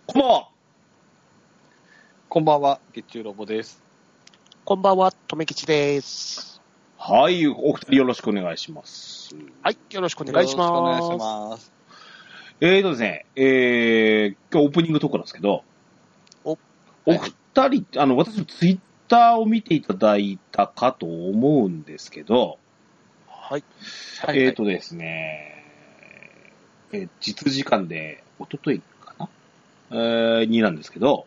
こんばんは。 こんばんは、月中ロボです。 こんばんは、とめきちです。 はい、お二人よろしくお願いします。 はい、よろしくお願いします。 よろしくお願いします。 ですね、今日オープニングトークなんですけど、お二人、私のツイッターを見ていただいたかと思うんですけど、 はい。 ですね、実時間で、一昨日かな、になんですけど、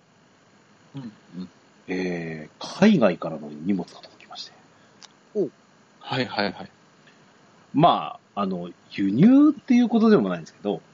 海外からの荷物が届きまして。 はいはいはい。 まあ、輸入っていうことでもないんですけど、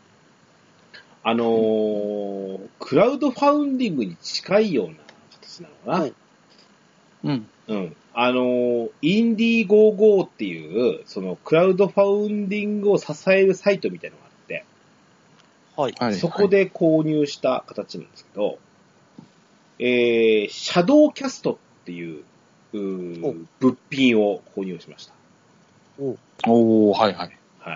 クラウドファウンディングに近いような形なのかな。 うん。 うん。インディーゴーゴーっていう、そのクラウドファウンディングを支えるサイトみたいなのがあって、 はい。 そこで購入した形なんですけど、シャドウキャストっていう物品を購入しました。 おー、はいはい。 はい。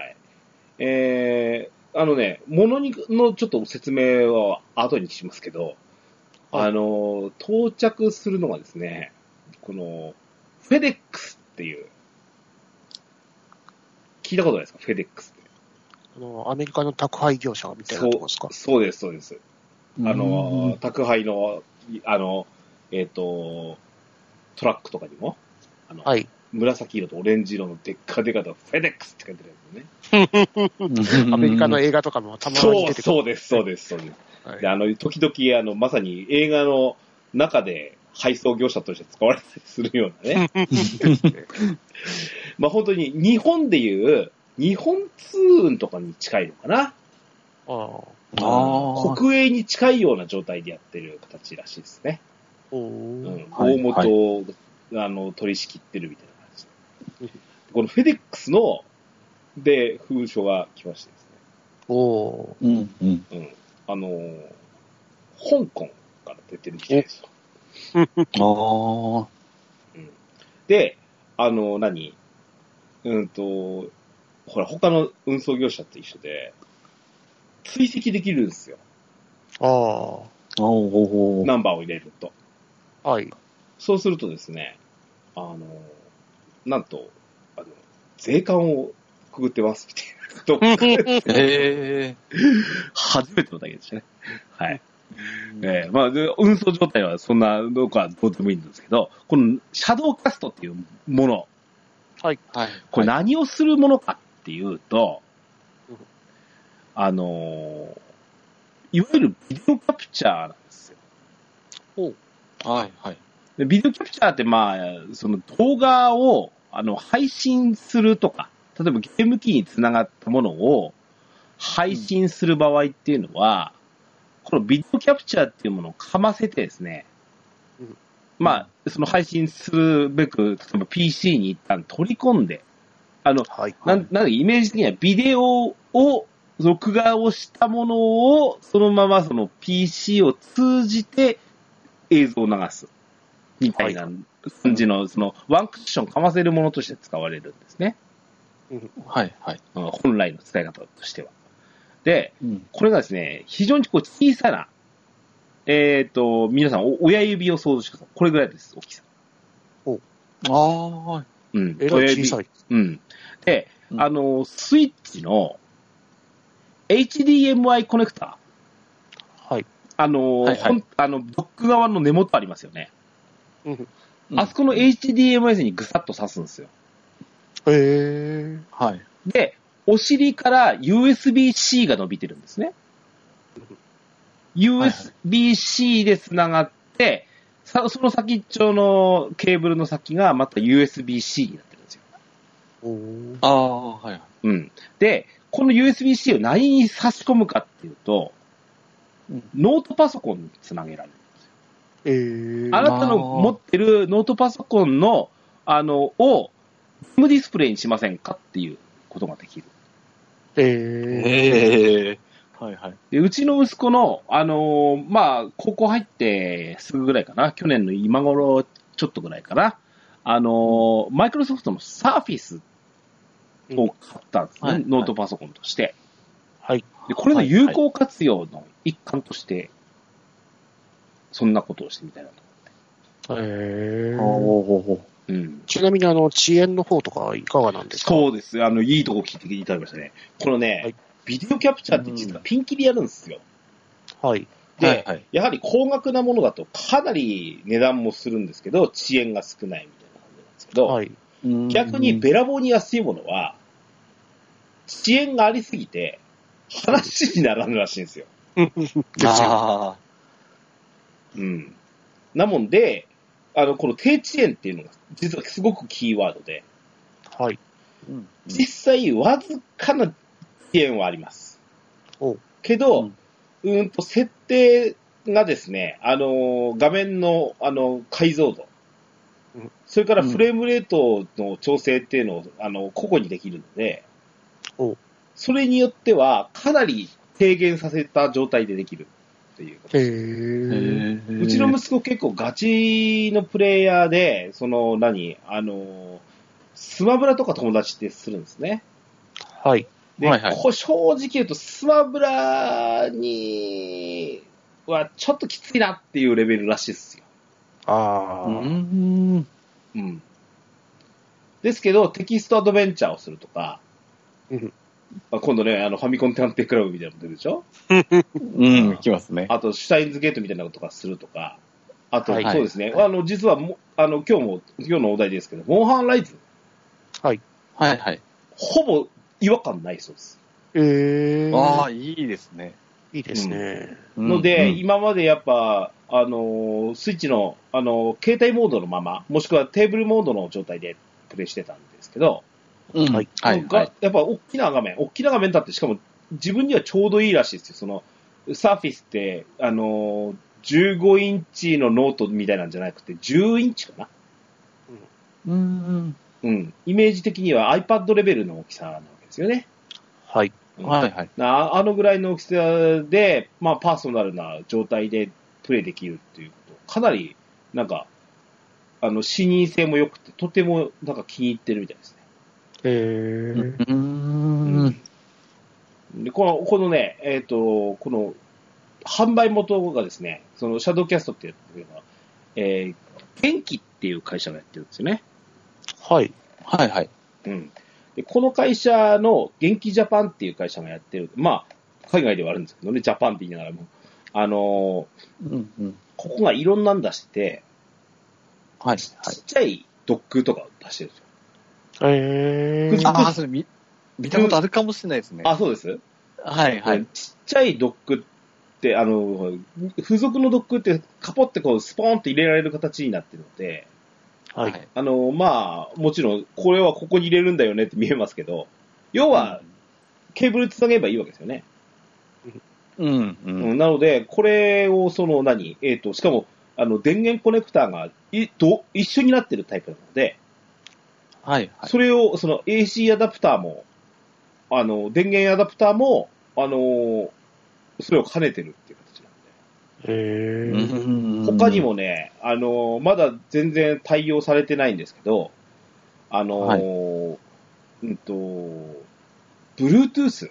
物のちょっと説明は後にしますけど、 はい到着するのがですね、この、フェデックスっていう、聞いたことないですか？フェデックスって。 アメリカの宅配業者みたいなとこですか？ そうです、そうです。宅配の、トラックとかにも、 はい。 紫色とオレンジ色のでっかでかとフェデックスって書いてあるやつね。 アメリカの映画とかもたまに出てくる。 そうです。はい、で、時々、まさに映画の中で配送業者として使われたりするようなね。まあ本当に日本でいう日本通運とかに近いのかな。国営に近いような状態でやってる形らしいですね。大元を、取り仕切ってるみたいな感じ。このフェデックスの、で、封書が来ましてですね。香港から出てるみたいですよ。で、ほら、他の運送業者って一緒で、追跡できるんですよ。ナンバーを入れると。 はい。 そうするとですね、なんと、税関をくぐってますみたいな。初めてのだけでしたね。はい。まあ、運送状態はそんなのかどうでもいいんですけど、このシャドウキャストっていうもの。 はい。 これ何をするものかっていうと、いわゆるビデオキャプチャーなんですよ。 はいはい。 でビデオキャプチャーってまあ、その動画を配信するとか、例えばゲーム機につながったものを配信する場合っていうのは、このビデオキャプチャーっていうものをかませてですね、まあ、その配信するべく、例えば PC に一旦取り込んで、なんでイメージ的にはビデオを録画をしたものをそのままその PC を通じて映像を流すみたいな感じの、そのワンクッションかませるものとして使われるんですね。 はいはい。 本来の使い方としては。で、これがですね、非常にこう小さな、皆さん親指を想像してください。これぐらいです、大きさ。 はい。 親指小さい。 で、スイッチの HDMI コネクタ。 はい。 ドック側の根元ありますよね。あそこの HDMI にぐさっと刺すんですよ。 はい。 で、お尻から USB-C が伸びてるんですね。USB-C で繋がって、その先っちょのケーブルの先がまた USB-C になってるんですよ。 はい。 で、この USB-C を何に差し込むかっていうと、ノートパソコンにつなげられるんですよ。あなたの持ってるノートパソコンの、を、ゲームディスプレイにしませんかっていうことができる。 はいはい。 で、うちの息子の、まあ、高校入ってすぐぐらいかな。去年の今頃ちょっとぐらいかな。マイクロソフトのサーフィスを買ったんですね。ノートパソコンとして。 はい。 で、これの有効活用の一環として、 そんなことをしてみたいなと。うん。 ちなみに遅延の方とかいかがなんですか？ そうです。いいとこ聞いていただきましたね。このね、 はい、 ビデオキャプチャーって実はピンキリやるんですよ。 はい。 で、 はいはい、 やはり高額なものだとかなり値段もするんですけど、遅延が少ないみたいな感じなんですけど、 はい、 逆にべらぼうに安いものは、遅延がありすぎて、話にならぬらしいんですよ。 ですよ。 うん。なもんで、この低遅延っていうのが、実はすごくキーワードで、 はい。 実際、わずかな遅延はあります。けど、設定がですね、画面の、解像度、それからフレームレートの調整っていうのを、個々にできるので、それによっては、かなり低減させた状態でできるっていうことです。うちの息子結構ガチのプレイヤーで、スマブラとか友達ってするんですね。 はい。 で、正直言うと、スマブラにはちょっときついなっていうレベルらしいですよ。ですけど、テキストアドベンチャーをするとか、今度ね、ファミコン探偵クラブみたいなの出るでしょ？ 来ますね。 あと、シュタインズゲートみたいなこととかするとか、あと、そうですね、実は今日のお題ですけど、モンハンライズ。 はい。 ほぼ違和感ないそうです。 いいですね。 いいですね。 ので、今までやっぱ、スイッチの、携帯モードのまま、もしくはテーブルモードの状態でプレイしてたんですけど、やっぱ大きな画面だって、しかも自分にはちょうどいいらしいですよ。サーフィスって、15インチのノートみたいなんじゃなくて、10インチかな。イメージ的には iPad レベルの大きさなわけですよね。 はい。 あのぐらいの大きさで、パーソナルな状態でプレイできるっていうこと、かなり、視認性も良くて、とても、気に入ってるみたいですね。で、このね、この、販売元がですね、その、シャドウキャストっていうのは、元気っていう会社がやってるんですよね。で、この会社の元気ジャパンっていう会社がやってる。海外ではあるんですけどね、ジャパンって言いながらも。ここがいろんなん出してて、ちっちゃいドッグとか出してるんですよ。 それ見たことあるかもしれないですね。 そうです？ちっちゃいドッグって、付属のドッグってカポってスポーンって入れられる形になってるので、もちろん、これはここに入れるんだよねって見えますけど、要は、ケーブルつなげばいいわけですよね。なので、これをしかも、電源コネクターが一緒になってるタイプなので、それを、AC アダプターも、電源アダプターも、それを兼ねてるっていう形なんで。他にもね、まだ全然対応されてないんですけど、Bluetooth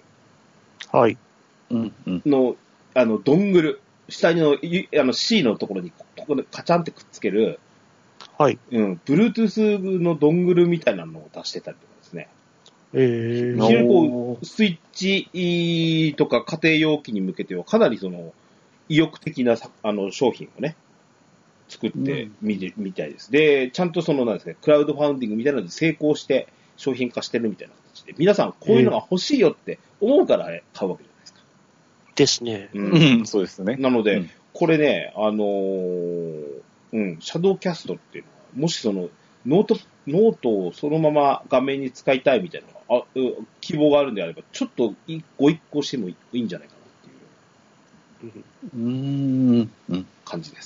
の、ドングル、下の、C のところに、ここでカチャンってくっつける、Bluetooth のドングルみたいなのを出してたりとかですね。非常にスイッチとか家庭用機に向けてはかなり意欲的な商品をね、作ってみたいです。で、ちゃんとなんですね、クラウドファウンディングみたいなので成功して商品化してるみたいな形で、皆さんこういうのが欲しいよって思うから買うわけじゃないですか。 ですね。 そうですね。 なので、これね、シャドウキャストっていうのは、もしノートをそのまま画面に使いたいみたいな希望があるんであれば、ちょっとご一行してもいいんじゃないかなっていう感じです。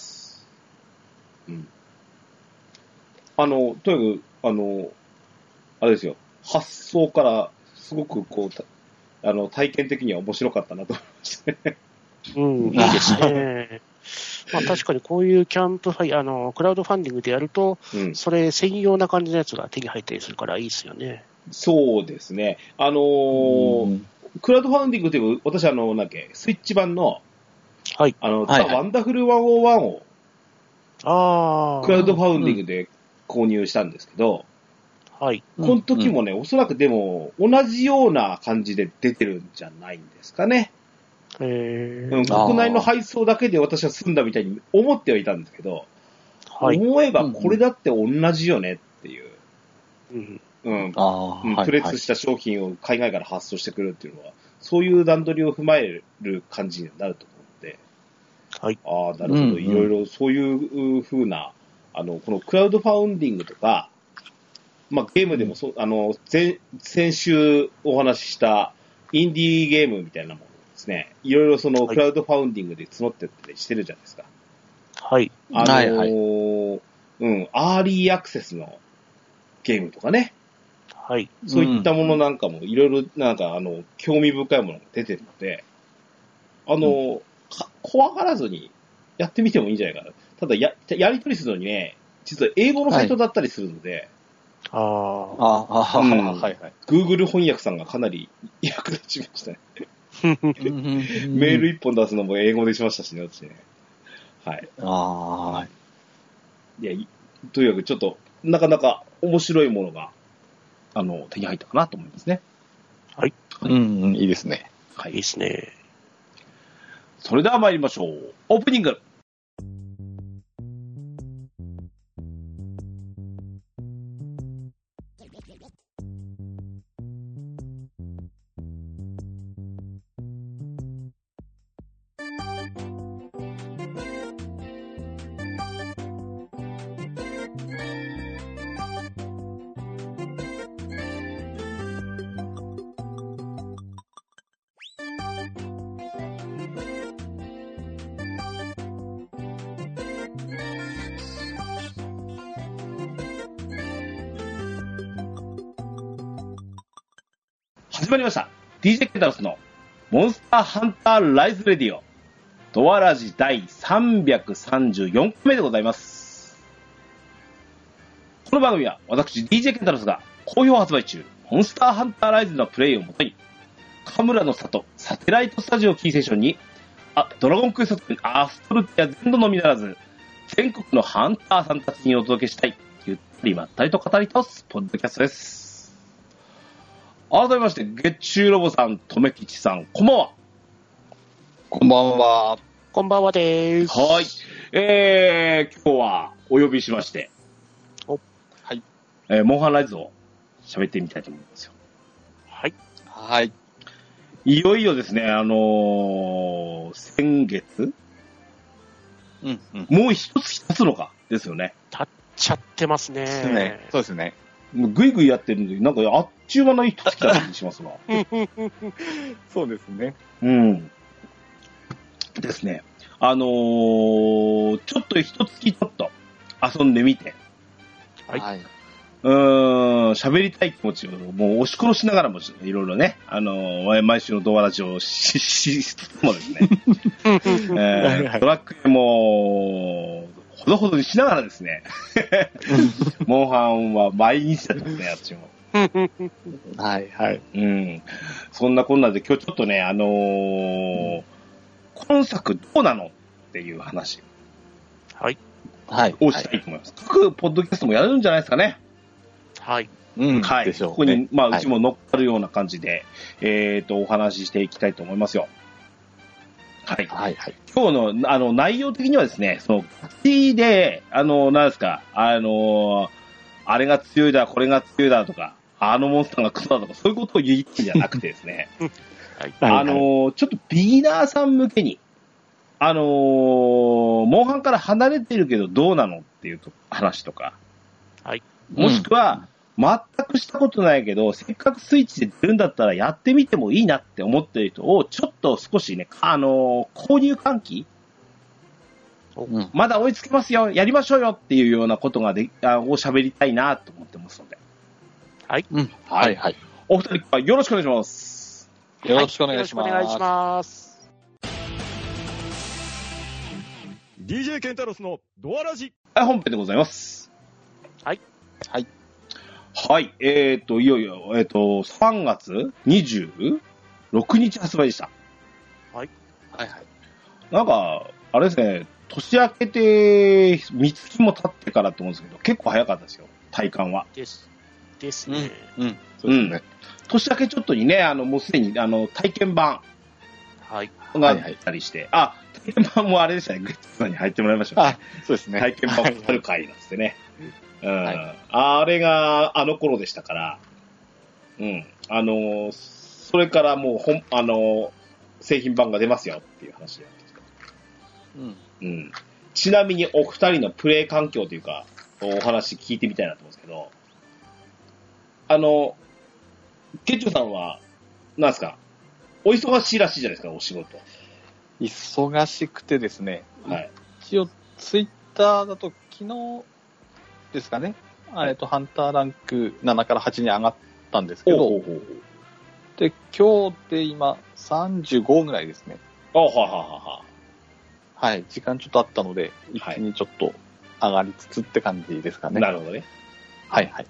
とにかく、あれですよ、発想からすごく体験的には面白かったなと思いましたね。 いいですね。確かにこういうキャンプクラウドファンディングでやると、それ専用な感じのやつが手に入ったりするからいいですよね。 そうですね。クラウドファンディングという私スイッチ版の、ザ・ワンダフル101をクラウドファウンディングで購入したんですけど、 はい。 この時もね、おそらくでも同じような感じで出てるんじゃないんですかね。国内の配送だけで私は済んだみたいに思ってはいたんですけど、はい、思えばこれだって同じよねっていう。プレスした商品を海外から発送してくるっていうのは、そういう段取りを踏まえる感じになると思うので、 はい。 ああ、なるほど、いろいろそういう風な、このクラウドファウンディングとか、まあ、ゲームでも先週お話ししたインディーゲームみたいなものですね、いろいろそのクラウドファウンディングで募ってったりしてるじゃないですか。 はい。 アーリーアクセスのゲームとかね。 はい。 そういったものなんかもいろいろなんか興味深いものが出てるので、怖がらずにやってみてもいいんじゃないかな。ただやり取りするのにね、実は英語のサイトだったりするので、 はいはい。 Google 翻訳さんがかなり役立ちましたね。メール一本出すのも英語でしましたしね、私ね。はい。いや、とにかくちょっと、なかなか面白いものが、手に入ったかなと思いますね。 はい。 いいですね。 はい。いいですね。 それでは参りましょう。オープニング。始まりました。DJ ケンタロスのモンスターハンターライズレディオドアラジ第334回目でございます。この番組は私 DJ ケンタロスが好評発売中モンスターハンターライズのプレイをもとにカムラの里サテライトスタジオキーステーションにドラゴンクエストアストルティア全土のみならず全国のハンターさんたちにお届けしたいゆったりまったりと語り倒すポッドキャストです。改めまして、月中ロボさん、とめきちさん、こんばんは。 こんばんは。 こんばんはでーす。 はい。今日はお呼びしまして、 はい。 モンハンライズを喋ってみたいと思いますよ。 はい。 はい。 いよいよですね、先月、もう一つ経つのか、ですよね。 経っちゃってますね。 そうですね。 ぐいぐいやってるんで、なんかあっちゅう間の一つ来た感じしますわ。 そうですね。 ですね。ちょっと一月ちょっと遊んでみて。 はい。 喋りたい気持ちをもう押し殺しながらもいろいろね、毎週のドアラジオをしつつもですね、ドラッグもほどほどにしながらですね、モンハンは毎日だったね、あっちも。 はいはい。 そんなこんなで今日ちょっとね、今作どうなのっていう話。 はい。 をしたいと思います。各ポッドキャストもやるんじゃないですかね。 はい。 はい。でしょうね。ここに、うちも乗っかるような感じで、お話ししていきたいと思いますよ。はい。 はいはい。 今日の、内容的にはですね、その、ガチで、なんですか、あれが強いだ、これが強いだとか、モンスターがクソだとか、そういうことを言ってんじゃなくてですね、 はい。 ちょっとビギナーさん向けに、モンハンから離れてるけどどうなのっていう話とか、 はい。 もしくは、全くしたことないけど、せっかくスイッチで出るんだったらやってみてもいいなって思ってる人を、ちょっと少しね、購入喚起、まだ追いつけますよ、やりましょうよっていうようなことがを喋りたいなと思ってますので。 はい。 はいはい。お二人よろしくお願いします。 よろしくお願いします。 よろしくお願いします。 DJ ケンタロスのドアラジ。 はい、本編でございます。 はい。 はい。 はい。いよいよ、3月26日発売でした。 はい。 はいはい。 なんか、あれですね、 年明けて、3月も経ってからと思うんですけど、結構早かったですよ、体感は。 ですね。 そうですね。 年明けちょっとにね、もうすでに、体験版があったりして、体験版もあれでしたね、グッズさんに入ってもらいましたね。 そうですね。 体験版ある回なんですね。あれが、頃でしたから、それからもう、製品版が出ますよっていう話なんですけど。ちなみにお二人のプレイ環境というか、お話聞いてみたいなと思うんですけど、ケッチョさんは、なんですか、お忙しいらしいじゃないですか、お仕事。 忙しくてですね、一応ツイッターだと昨日ですかね、ハンターランク7から8に上がったんですけど、で、今日で今35ぐらいですね。はい、時間ちょっとあったので、一気にちょっと上がりつつって感じですかね。 なるほどね。 はいはい。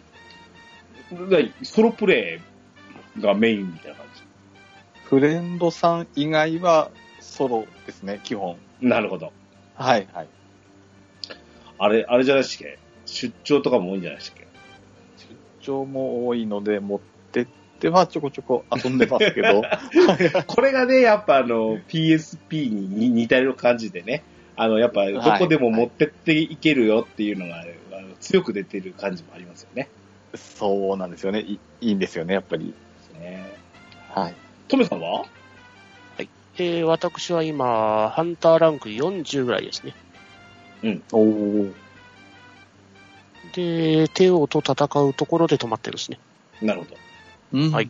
ソロプレイがメインみたいな感じ。 フレンドさん以外はソロですね、基本。 なるほど。 はいはい。 あれじゃないですか。出張とかも多いんじゃないですか。 出張も多いので、持ってってはちょこちょこ遊んでますけど。 これがね、やっぱPSP に似たような感じでね、やっぱどこでも持ってっていけるよっていうのが、強く出てる感じもありますよね。 そうなんですよね。いいんですよね、やっぱり。はい。 トメさんは？ はい。私は今、ハンターランク40ぐらいですね。で、テオと戦うところで止まってるんですね。 なるほど。 はい。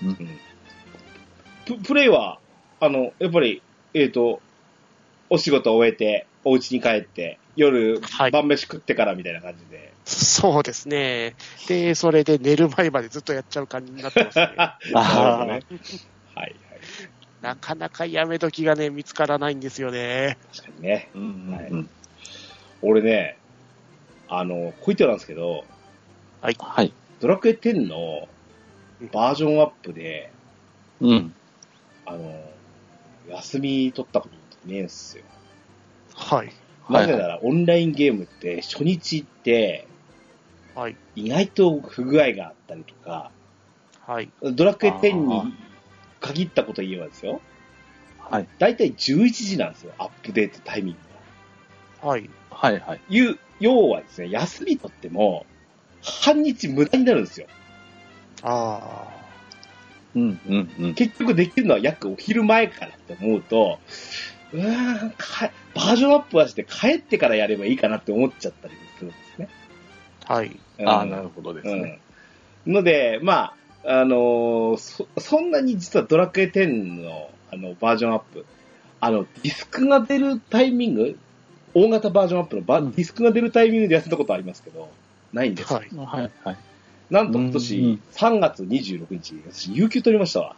プレイは、やっぱり、お仕事を終えて、お家に帰って、夜、晩飯食ってからみたいな感じで。 そうですね。で、それで寝る前までずっとやっちゃう感じになってますね。 なるほどね。はい。 なかなかやめ時がね、見つからないんですよね。 確かにね。俺ね、こう言ってなんですけど、ドラクエ10のバージョンアップで、休み取ったことねえんすよ。なぜならオンラインゲームって初日って、意外と不具合があったりとか、ドラクエ10に限ったこと言えばですよ。だいたい11時なんですよ、アップデートタイミングが。要はですね、休み取っても、半日無駄になるんですよ。結局できるのは約お昼前からって思うと、バージョンアップはして帰ってからやればいいかなって思っちゃったりするんですね。 なるほどですね。 ので、そんなに実はドラクエ10のバージョンアップ、ディスクが出るタイミング、大型バージョンアップのディスクが出るタイミングで休んだことありますけど、ないんですよ。なんと今年3月26日、私、有給取りましたわ。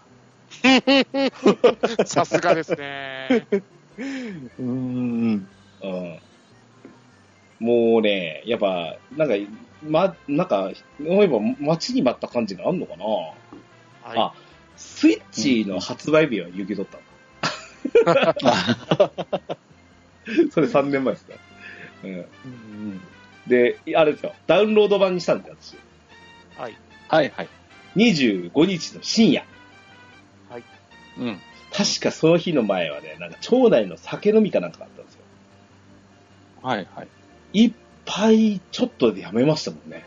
さすがですね。 もうね、やっぱ、なんか、思えば待ちに待った感じがあるのかな。スイッチの発売日は有給取ったんだ。それ3年前ですね。で、あれですよ、ダウンロード版にしたんですよ、私。25日の深夜。確かその日の前はね、なんか町内の酒飲みかなんかだったんですよ。一杯ちょっとでやめましたもんね。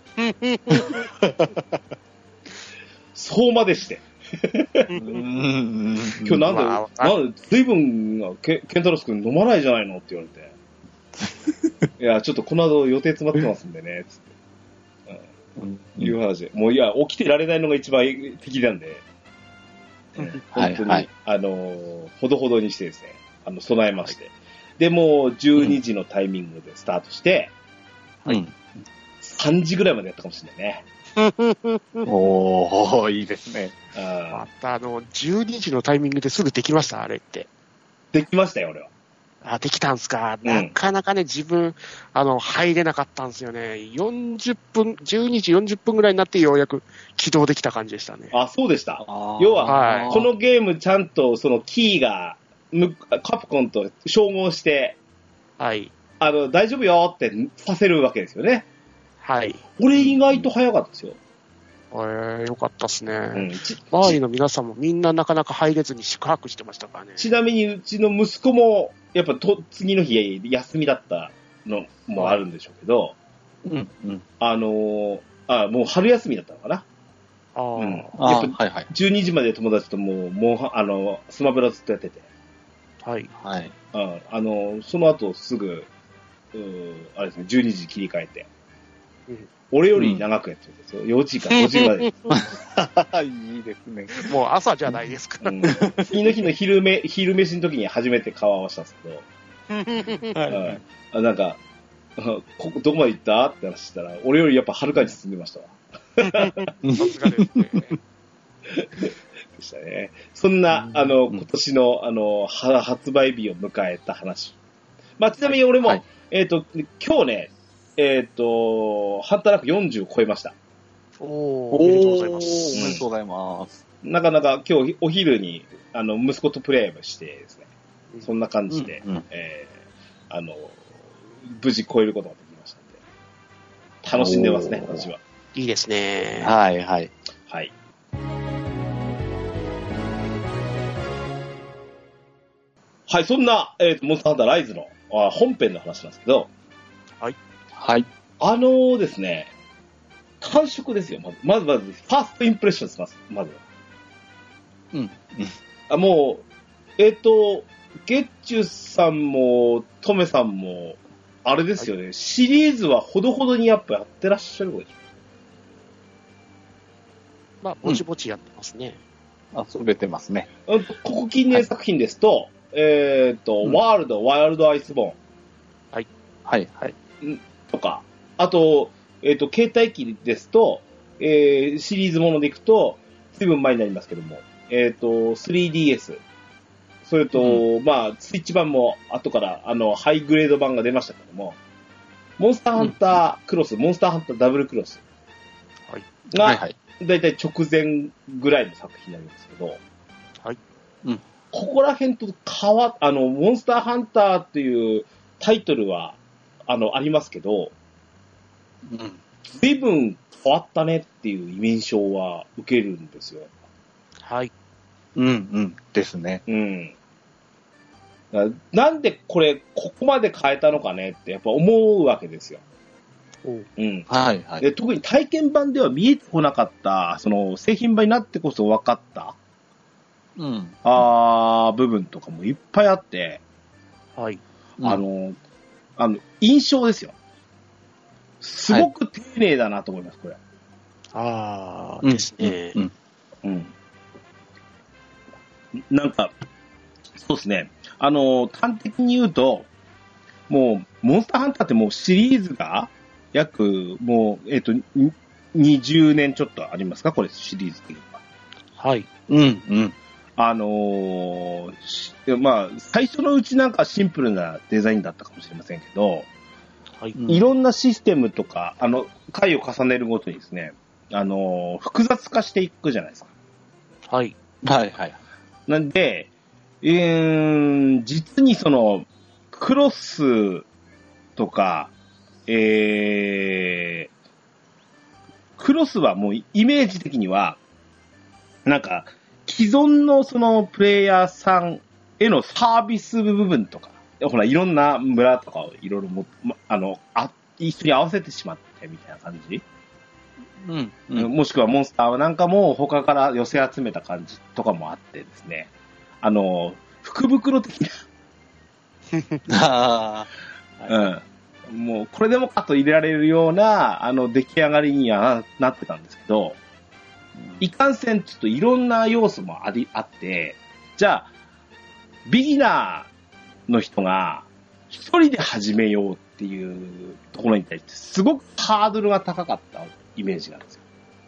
そうまでして。今日なんで、随分、ケンタロス君飲まないじゃないのって言われて。いや、ちょっとこの後予定詰まってますんでね、つって。いう話で。もういや、起きてられないのが一番敵なんで。本当に、ほどほどにしてですね、備えまして。で、もう12時のタイミングでスタートして、3時ぐらいまでやったかもしれないね。 いいですね。 また12時のタイミングですぐできました、あれって。 できましたよ、俺は。 できたんすか。なかなかね、自分、入れなかったんですよね。12時40分ぐらいになってようやく起動できた感じでしたね。 そうでした。要は、このゲームちゃんとそのキーが、カプコンと照合して、 はい。 大丈夫よってさせるわけですよね。 はい。 俺意外と早かったですよ。 よかったっすね。周りの皆さんもみんななかなか入れずに宿泊してましたからね。 ちなみにうちの息子も、やっぱ次の日休みだったのもあるんでしょうけど、 うんうん。 もう春休みだったのかな。 うん。 やっぱ12時まで友達とスマブラずっとやってて。 はい。 はい。 その後すぐ、あれですね、12時切り替えて。 うん、 俺より長くやってるんですよ。幼稚園から5時まで。 いいですね。 もう朝じゃないですか。 次の日の昼飯の時に初めて顔合わせたんですけど、なんか、どこまで行ったって話したら、俺よりやっぱはるかに進んでましたわ。 さすがですね。 でしたね。そんな、今年の、発売日を迎えた話。まあ、ちなみに俺も、今日ね、ハンターランク40超えました。 おめでとうございます。 おめでとうございます。 なかなか今日お昼に、息子とプレイしてですね、そんな感じで、無事超えることができましたので、楽しんでますね、私は。 いいですね。 はい、はい。 はい。はい、そんな、モンスターハンターライズの本編の話なんですけど、 はい。 はい。 ですね、感触ですよ、まず、ファーストインプレッションです、まず。もう、ゲッチュさんも、トメさんも、あれですよね、シリーズはほどほどにやっぱやってらっしゃるわけでしょ。 まあ、ぼちぼちやってますね。 遊べてますね。 ここ近年作品ですと、ワールド、ワイルドアイスボーン。 はい。 はい、はい。 とか、あと、携帯機ですと、シリーズものでいくと、随分前になりますけども、3DS。それと、まあ、スイッチ版も後から、ハイグレード版が出ましたけども、モンスターハンタークロス、モンスターハンターダブルクロスが、だいたい直前ぐらいの作品になりますけど、 はい。 ここら辺とモンスターハンターっていうタイトルは、ありますけど、随分変わったねっていう印象は受けるんですよ。 はい。 ですね。 なんでここまで変えたのかねってやっぱ思うわけですよ。 はいはい。 で、特に体験版では見えてこなかった、その製品版になってこそ分かった、部分とかもいっぱいあって、 はい。 印象ですよ。すごく丁寧だなと思います、これ。 ですね。 なんか、そうですね。端的に言うと、もう、モンスターハンターってもうシリーズが、約、もう、20年ちょっとありますか、これ、シリーズ的には。 はい。 まあ、最初のうちなんかシンプルなデザインだったかもしれませんけど、 はい。 いろんなシステムとか、回を重ねるごとにですね、複雑化していくじゃないですか。 はい。 はいはい。 なんで、実にその、クロスとか、クロスはもうイメージ的には、なんか、既存のそのプレイヤーさんへのサービス部分とか、ほら、いろんな村とかをいろいろ一緒に合わせてしまってみたいな感じ、もしくはモンスターなんかも他から寄せ集めた感じとかもあってですね、福袋的なもうこれでもかと入れられるような出来上がりにはなってたんですけど、いかんせんちょっといろんな要素もあって、じゃあビギナーの人が一人で始めようっていうところに対してすごくハードルが高かったイメージなんですよ。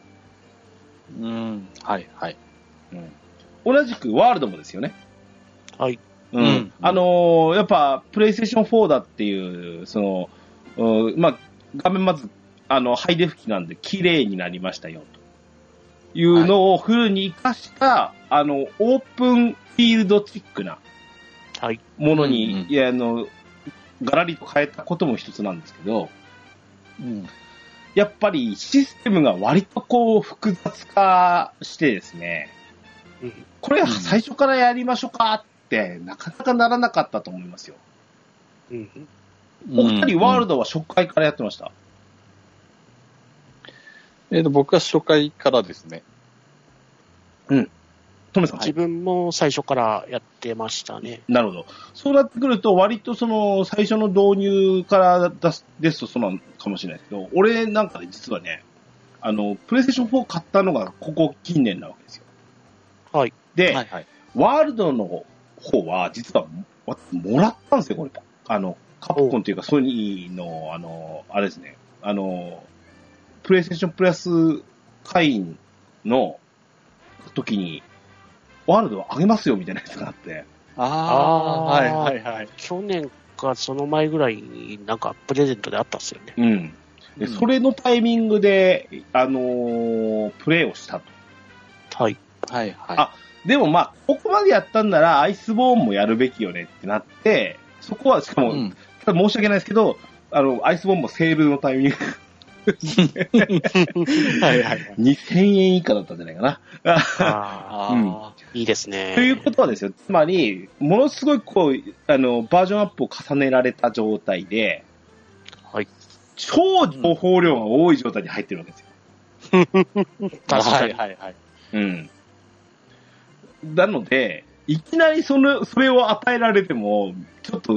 はいはい。 同じくワールドもですよね。 はい。 やっぱプレイステーション4だっていうその、まあ画面まずハイデフ機なんで綺麗になりましたよというのをフルに活かした、オープンフィールドチックなものに、 ガラリと変えたことも一つなんですけど、 うん。 やっぱりシステムが割とこう複雑化してですね、 うん、 これ最初からやりましょうかってなかなかならなかったと思いますよ。 うん。 お二人ワールドは初回からやってました？ 僕は初回からですね。 うん。トメさん。 自分も最初からやってましたね。 なるほど。そうなってくると、割とその、最初の導入からですとそうなのかもしれないですけど、俺なんかで実はね、プレイステーション4買ったのがここ近年なわけですよ。 はい。 で、 はいはい、 ワールドの方は、実はもらったんですよ、これ。カプコンというか、ソニーの、あれですね、プレイステーションプラス会員の時に、ワールドをあげますよみたいなやつがあって。 はいはいはい。 去年かその前ぐらいになんかプレゼントであったっすよね。 うん。で、それのタイミングで、プレイをしたと。 はい。 はいはい。 あ、でもまあ、ここまでやったんならアイスボーンもやるべきよねってなって、そこはしかも、ただ申し訳ないですけど、アイスボーンもセールのタイミング。 はいはい。 2000円以下だったんじゃないかな。 うん、いいですね。 ということはですよ、つまり、ものすごいこう、バージョンアップを重ねられた状態で、 はい。 超情報量が多い状態に入ってるわけですよ。 確かに。 はいはいはい。 うん。なので、いきなりそれを与えられても、ちょっと、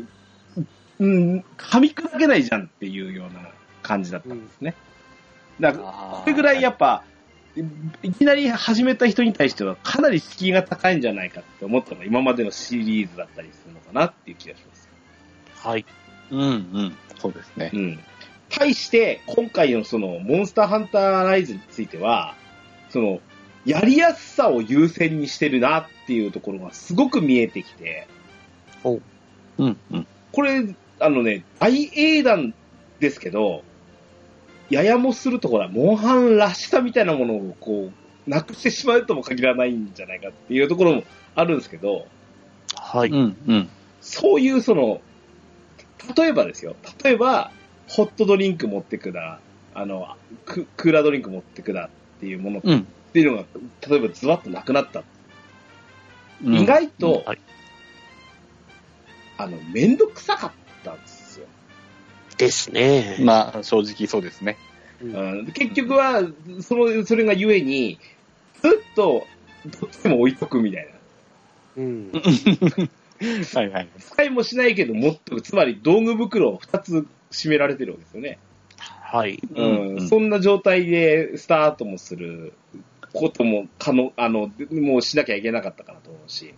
噛み砕けないじゃんっていうような感じだったんですね。だから、これぐらいやっぱ、いきなり始めた人に対してはかなり敷居が高いんじゃないかって思ったのが今までのシリーズだったりするのかなっていう気がします。 はい。 うんうん。そうですね。 うん。対して、今回のその、モンスターハンターライズについては、その、やりやすさを優先にしてるなっていうところがすごく見えてきて。 うんうん。 これ、大英断ですけど、ややもするとほら、モンハンらしさみたいなものをこう、なくしてしまうとも限らないんじゃないかっていうところもあるんですけど、 はい。 うんうん。 そういうその、例えばですよ。例えば、ホットドリンク持ってくだ、クーラードリンク持ってくだっていうものっていうのが、例えばズワッとなくなった。意外と、 はい、 めんどくさかったんですよ。 ですね。 まあ、正直そうですね。 結局は、それがゆえに、ずっと、どっちも置いとくみたいな。 うん。 はいはい。 使いもしないけど持っとく。つまり道具袋を2つ締められてるわけですよね。 はい。 そんな状態でスタートもすることももうしなきゃいけなかったかなと思うし。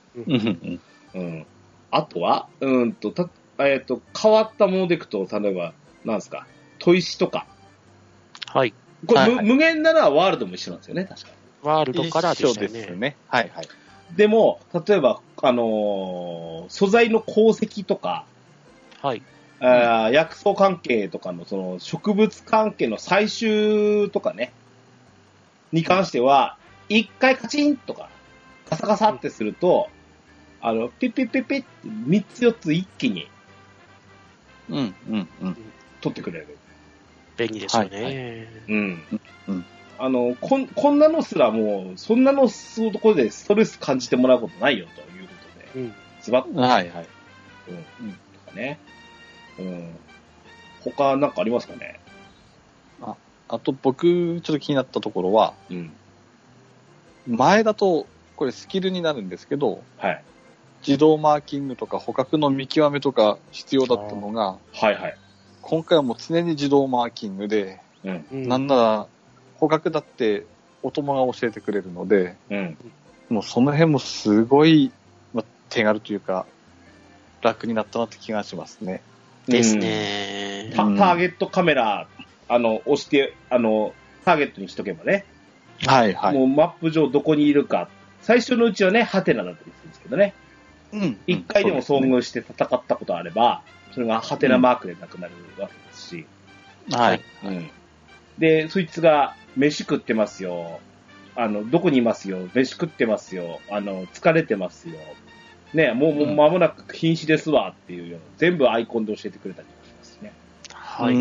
あとは、変わったものでいくと、例えば、なんですか、砥石とか。 はい。 これ、無限ならワールドも一緒なんですよね、確かに。 ワールドからでしたよね。 一緒ですよね。はいはい。 でも、例えば、素材の鉱石とか、 はい。 薬草関係とかの、その、植物関係の採集とかね、に関しては、一回カチンとか、ガサガサってすると、ピッピッピッピッって3つ4つ一気に、取ってくれる。 便利ですよね。 こんなのすらもう、そんなのするところでストレス感じてもらうことないよということで、ズバッと。 はいはい。 とかね。他なんかありますかね？ あと僕、ちょっと気になったところは、前だと、これスキルになるんですけど、 はい。 自動マーキングとか捕獲の見極めとか必要だったのが、 はいはい。 今回はもう常に自動マーキングで、なんなら捕獲だってお供が教えてくれるので、もうその辺もすごい、手軽というか、楽になったなって気がしますね。 ですね。 ターゲットカメラ、押して、ターゲットにしとけばね。 はいはい。 もうマップ上どこにいるか。最初のうちはね、ハテナだったりするんですけどね。一回でも遭遇して戦ったことあれば、それがハテナマークでなくなるわけですし。 はい。 で、そいつが、飯食ってますよ。どこにいますよ。飯食ってますよ。疲れてますよ。 ね、もう間もなく瀕死ですわっていうような、全部アイコンで教えてくれたりとかしますね。 はい。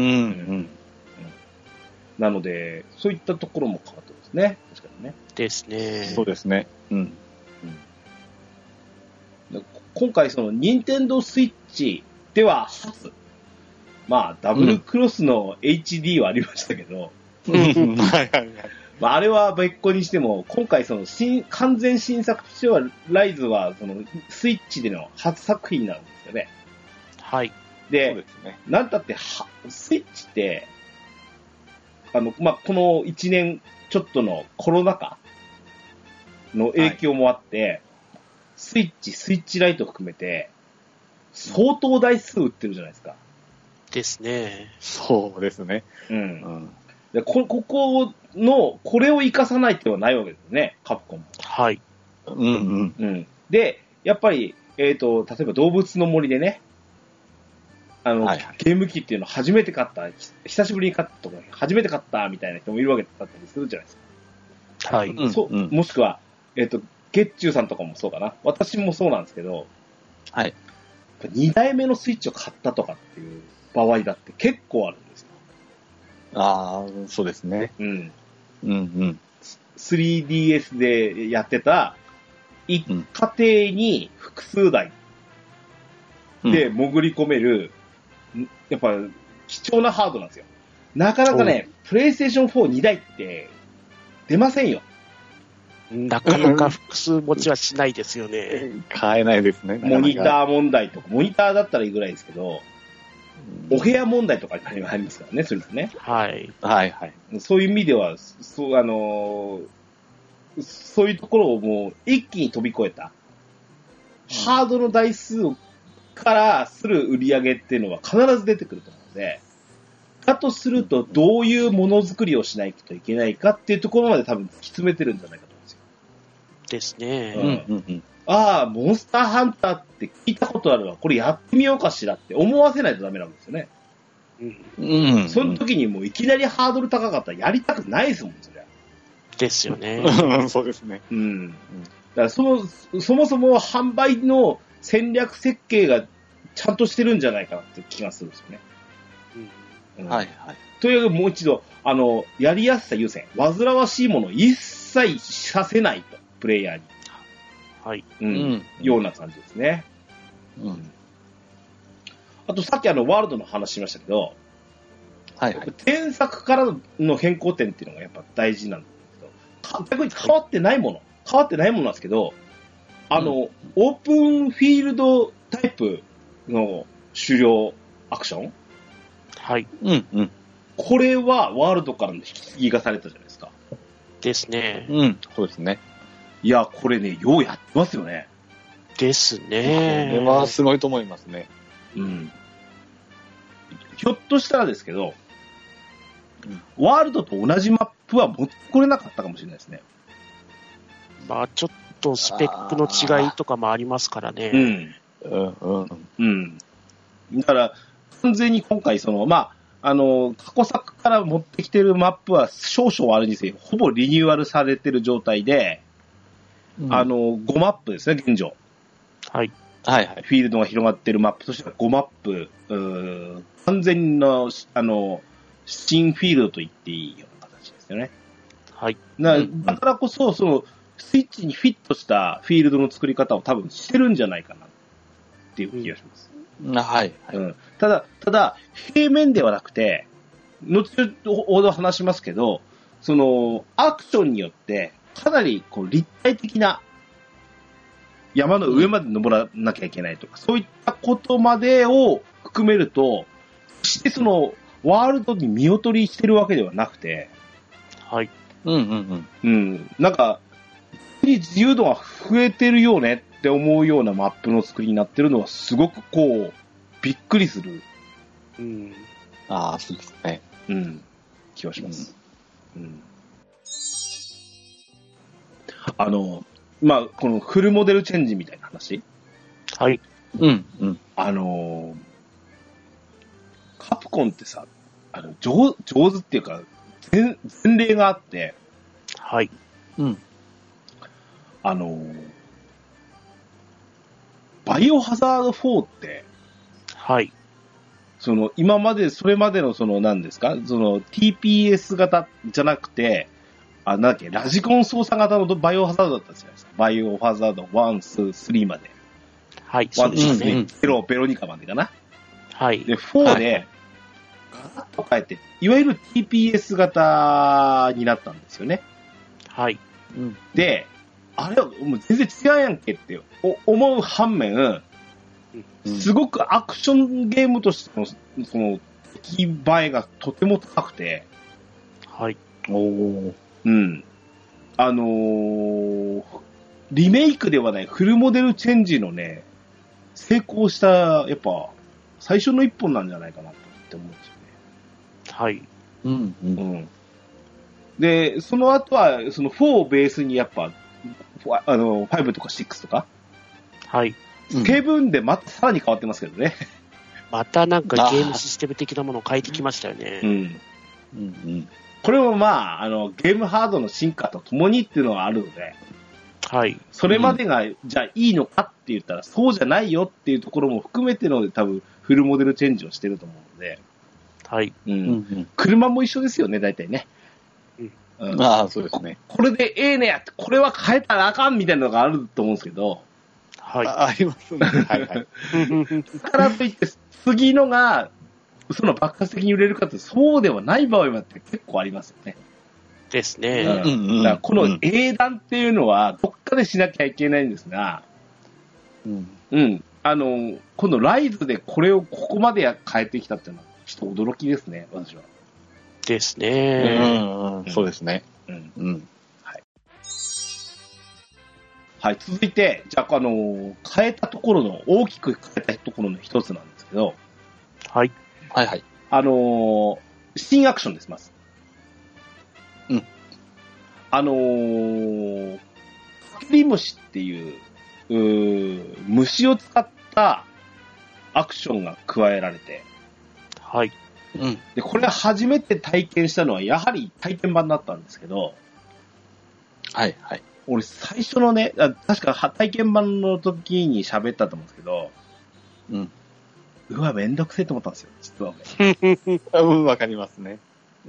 なので、そういったところも変わってますね。確かにね。 ですね。 そうですね。 今回、その、任天堂スイッチでは初、まあ、ダブルクロスの HD はありましたけど、まあ、あれは別個にしても、今回その完全新作としては、ライズはそのスイッチでの初作品なんですよね。 はい。 で、 そうですね。 なんたってスイッチって、まあ、この1年ちょっとのコロナ禍の影響もあって、スイッチライト含めて、相当台数売ってるじゃないですか。 ですね。 そうですね。 でここの、これを活かさない手はないわけですね、カプコンも。 はい。 で、やっぱり、例えば動物の森でね、ゲーム機っていうのを初めて買った、久しぶりに買ったとか、初めて買ったみたいな人もいるわけだったりするじゃないですか。 はい。 もしくは、ゲッチューさんとかもそうかな。私もそうなんですけど、 はい。 2代目のスイッチを買ったとかっていう場合だって結構あるんですよ。 ああ、そうですね。 3DS でやってた、一家庭に複数台で潜り込める、やっぱ貴重なハードなんですよ。なかなかね、プレイステーション4 2台って出ませんよ。 なかなか複数持ちはしないですよね。 買えないですね。 モニター問題とか、モニターだったらいいぐらいですけど、お部屋問題とかにありますからね、それですね。 はい。 そういう意味では、そういうところをもう一気に飛び越えた、ハードの台数からする売り上げっていうのは必ず出てくると思うので、だとするとどういうものづくりをしないといけないかっていうところまで多分突き詰めてるんじゃないかと思うんですよ。 ですね。 ああ、モンスターハンターって聞いたことあるわ。これやってみようかしらって思わせないとダメなんですよね。その時にもういきなりハードル高かったらやりたくないですもん、それ。 ですよね。 そうですね。 だからそもそも販売の戦略設計がちゃんとしてるんじゃないかなって気がするんですよね。というわけでもう一度、やりやすさ優先。煩わしいものを一切させないと、プレイヤーに。ような感じですね。あとさっきワールドの話しましたけど、添削からの変更点っていうのがやっぱ大事なんですけど、逆に変わってないものなんですけど、オープンフィールドタイプの狩猟アクション、これはワールドからの引き継ぎがされたじゃないですか。 ですね。 そうですね。 いや、これね、ようやってますよね。 ですね。 これはすごいと思いますね。 ひょっとしたらですけど、ワールドと同じマップは持ってこれなかったかもしれないですね。 まあ、ちょっとスペックの違いとかもありますからね。 だから、完全に今回、過去作から持ってきてるマップは少々あるにせよ、ほぼリニューアルされてる状態で、5マップですね、現状。フィールドが広がってるマップとしては5マップ、完全の、新フィールドと言っていいような形ですよね。だからこそ、スイッチにフィットしたフィールドの作り方を多分してるんじゃないかなっていう気がします。ただ、平面ではなくて、後ほど話しますけど、アクションによって、かなり立体的な山の上まで登らなきゃいけないとか、そういったことまでを含めると、決してワールドに見劣りしてるわけではなくて、なんか、自由度が増えてるよねって思うようなマップの作りになってるのはすごくびっくりする。 そうですね。 気がします。このフルモデルチェンジみたいな話。カプコンってさ、上手っていうか、前例があって、 バイオハザード4って、 はい。 今まで、それまでの何ですかTPS 型じゃなくて、なんだっけ、ラジコン操作型のバイオハザードだったじゃないですか。バイオハザード1、2、3まで。 はい、 そうですね。ベロニカまでかな。 はい。 で、4で、ガラッと変えて、いわゆる TPS 型になったんですよね。 はい。 で、あれはもう全然違うやんけって思う反面、すごくアクションゲームとしての、出来栄えがとても高くて、 はい。 うん。リメイクではないフルモデルチェンジのね、成功した、やっぱ、最初の一本なんじゃないかなって思うんですよね。 はい。 で、その後は、4をベースにやっぱ、5とか6とか、 はい。 スケブンでさらに変わってますけどね。 またなんかゲームシステム的なものを変えてきましたよね。 これもまあ、ゲームハードの進化とともにっていうのはあるので、 はい。 それまでが、じゃあいいのかって言ったら、そうじゃないよっていうところも含めてので、多分、フルモデルチェンジをしてると思うので、 はい。 車も一緒ですよね、大体ね。 そうですね。 これでええねやって、これは変えたらあかんみたいなのがあると思うんですけど、 はい。 ありますね。はいはい。 だからといって、次のが、爆発的に売れるかって、そうではない場合もって結構ありますよね。 ですね。 だからこの英断っていうのは、どっかでしなきゃいけないんですが、今度ライズでこれをここまで変えてきたっていうのは、ちょっと驚きですね、私は。 ですね。 そうですね。 はい、続いて、じゃあ、変えたところの、大きく変えたところの一つなんですけど、 はい。 はいはい。 新アクションです、まず。カケリムシっていう、虫を使ったアクションが加えられて、 はい。 で、これ初めて体験したのは、やはり体験版だったんですけど、 はいはい。 俺、最初のね、確か体験版の時に喋ったと思うんですけど、うわ、めんどくせえと思ったんですよ、実は俺。わかりますね。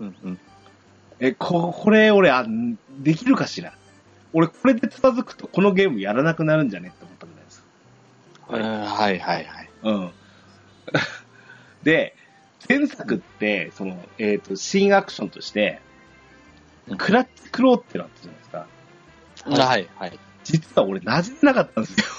これ、俺、できるかしら。俺、これでつまずくと、このゲームやらなくなるんじゃねって思ったぐらいです。 はいはいはい。 で、前作って、新アクションとして、クラッチクローってのあったじゃないですか。 はいはい。 実は俺、馴染めなかったんですよ。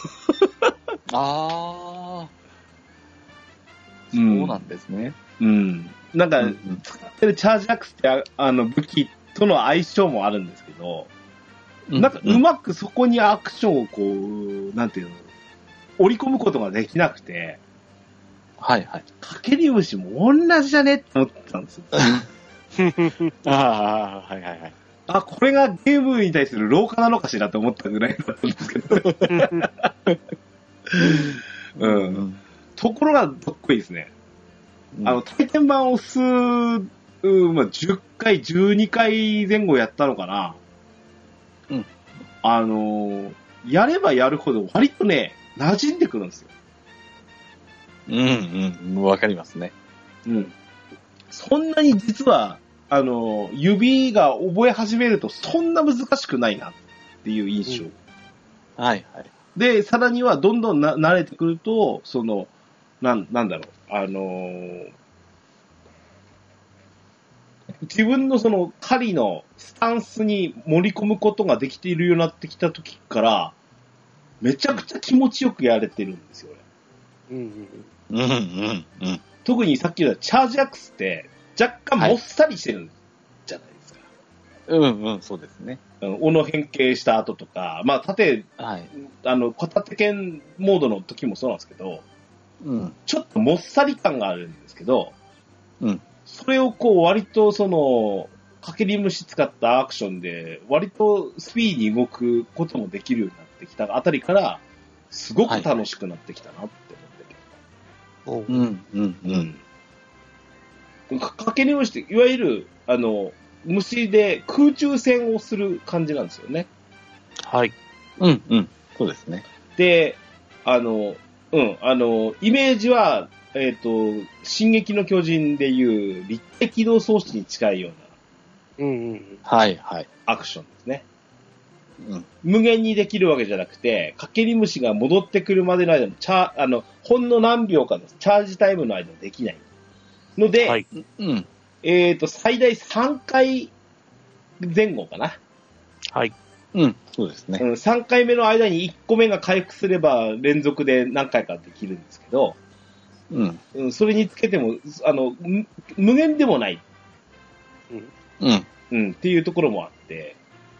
そうなんですね。 なんか、使ってるチャージアクスって武器との相性もあるんですけど、なんかうまくそこにアクションをこう、なんていうの、織り込むことができなくて、 はいはい。 かけり虫も同じじゃねって思ってたんですよ。 はいはいはい。 これがゲームに対する老化なのかしらと思ったぐらいだったんですけど。ところが、どっこいいですね。体験版を10回、12回前後やったのかな。やればやるほど割とね、馴染んでくるんですよ。 わかりますね。 そんなに実は、指が覚え始めるとそんな難しくないなっていう印象。 はいはい。 で、さらにはどんどん慣れてくると、なんだろう、自分の狩りのスタンスに盛り込むことができているようになってきた時から、めちゃくちゃ気持ちよくやれてるんですよ、特にさっき言ったチャージアックスって若干もっさりしてるじゃないですか。 そうですね。 斧変形した後とか、まあ、片手剣モードの時もそうなんですけど、ちょっともっさり感があるんですけど、それを割とかけり虫使ったアクションで、割とスピーディーに動くこともできるようになってきたあたりから、すごく楽しくなってきたなって思ってる。かけり虫って、いわゆる、虫で空中戦をする感じなんですよね。 はい。 そうですね。 で、 イメージは、進撃の巨人でいう立体起動装置に近いような、 はいはい。 アクションですね。無限にできるわけじゃなくて、かけり虫が戻ってくるまでの間のほんの何秒かのチャージタイムの間できない。ので、はい、最大3回前後かな。 はい。 そうですね。 3回目の間に1個目が回復すれば連続で何回かできるんですけど、それにつけても、無限でもない。っていうところもあって、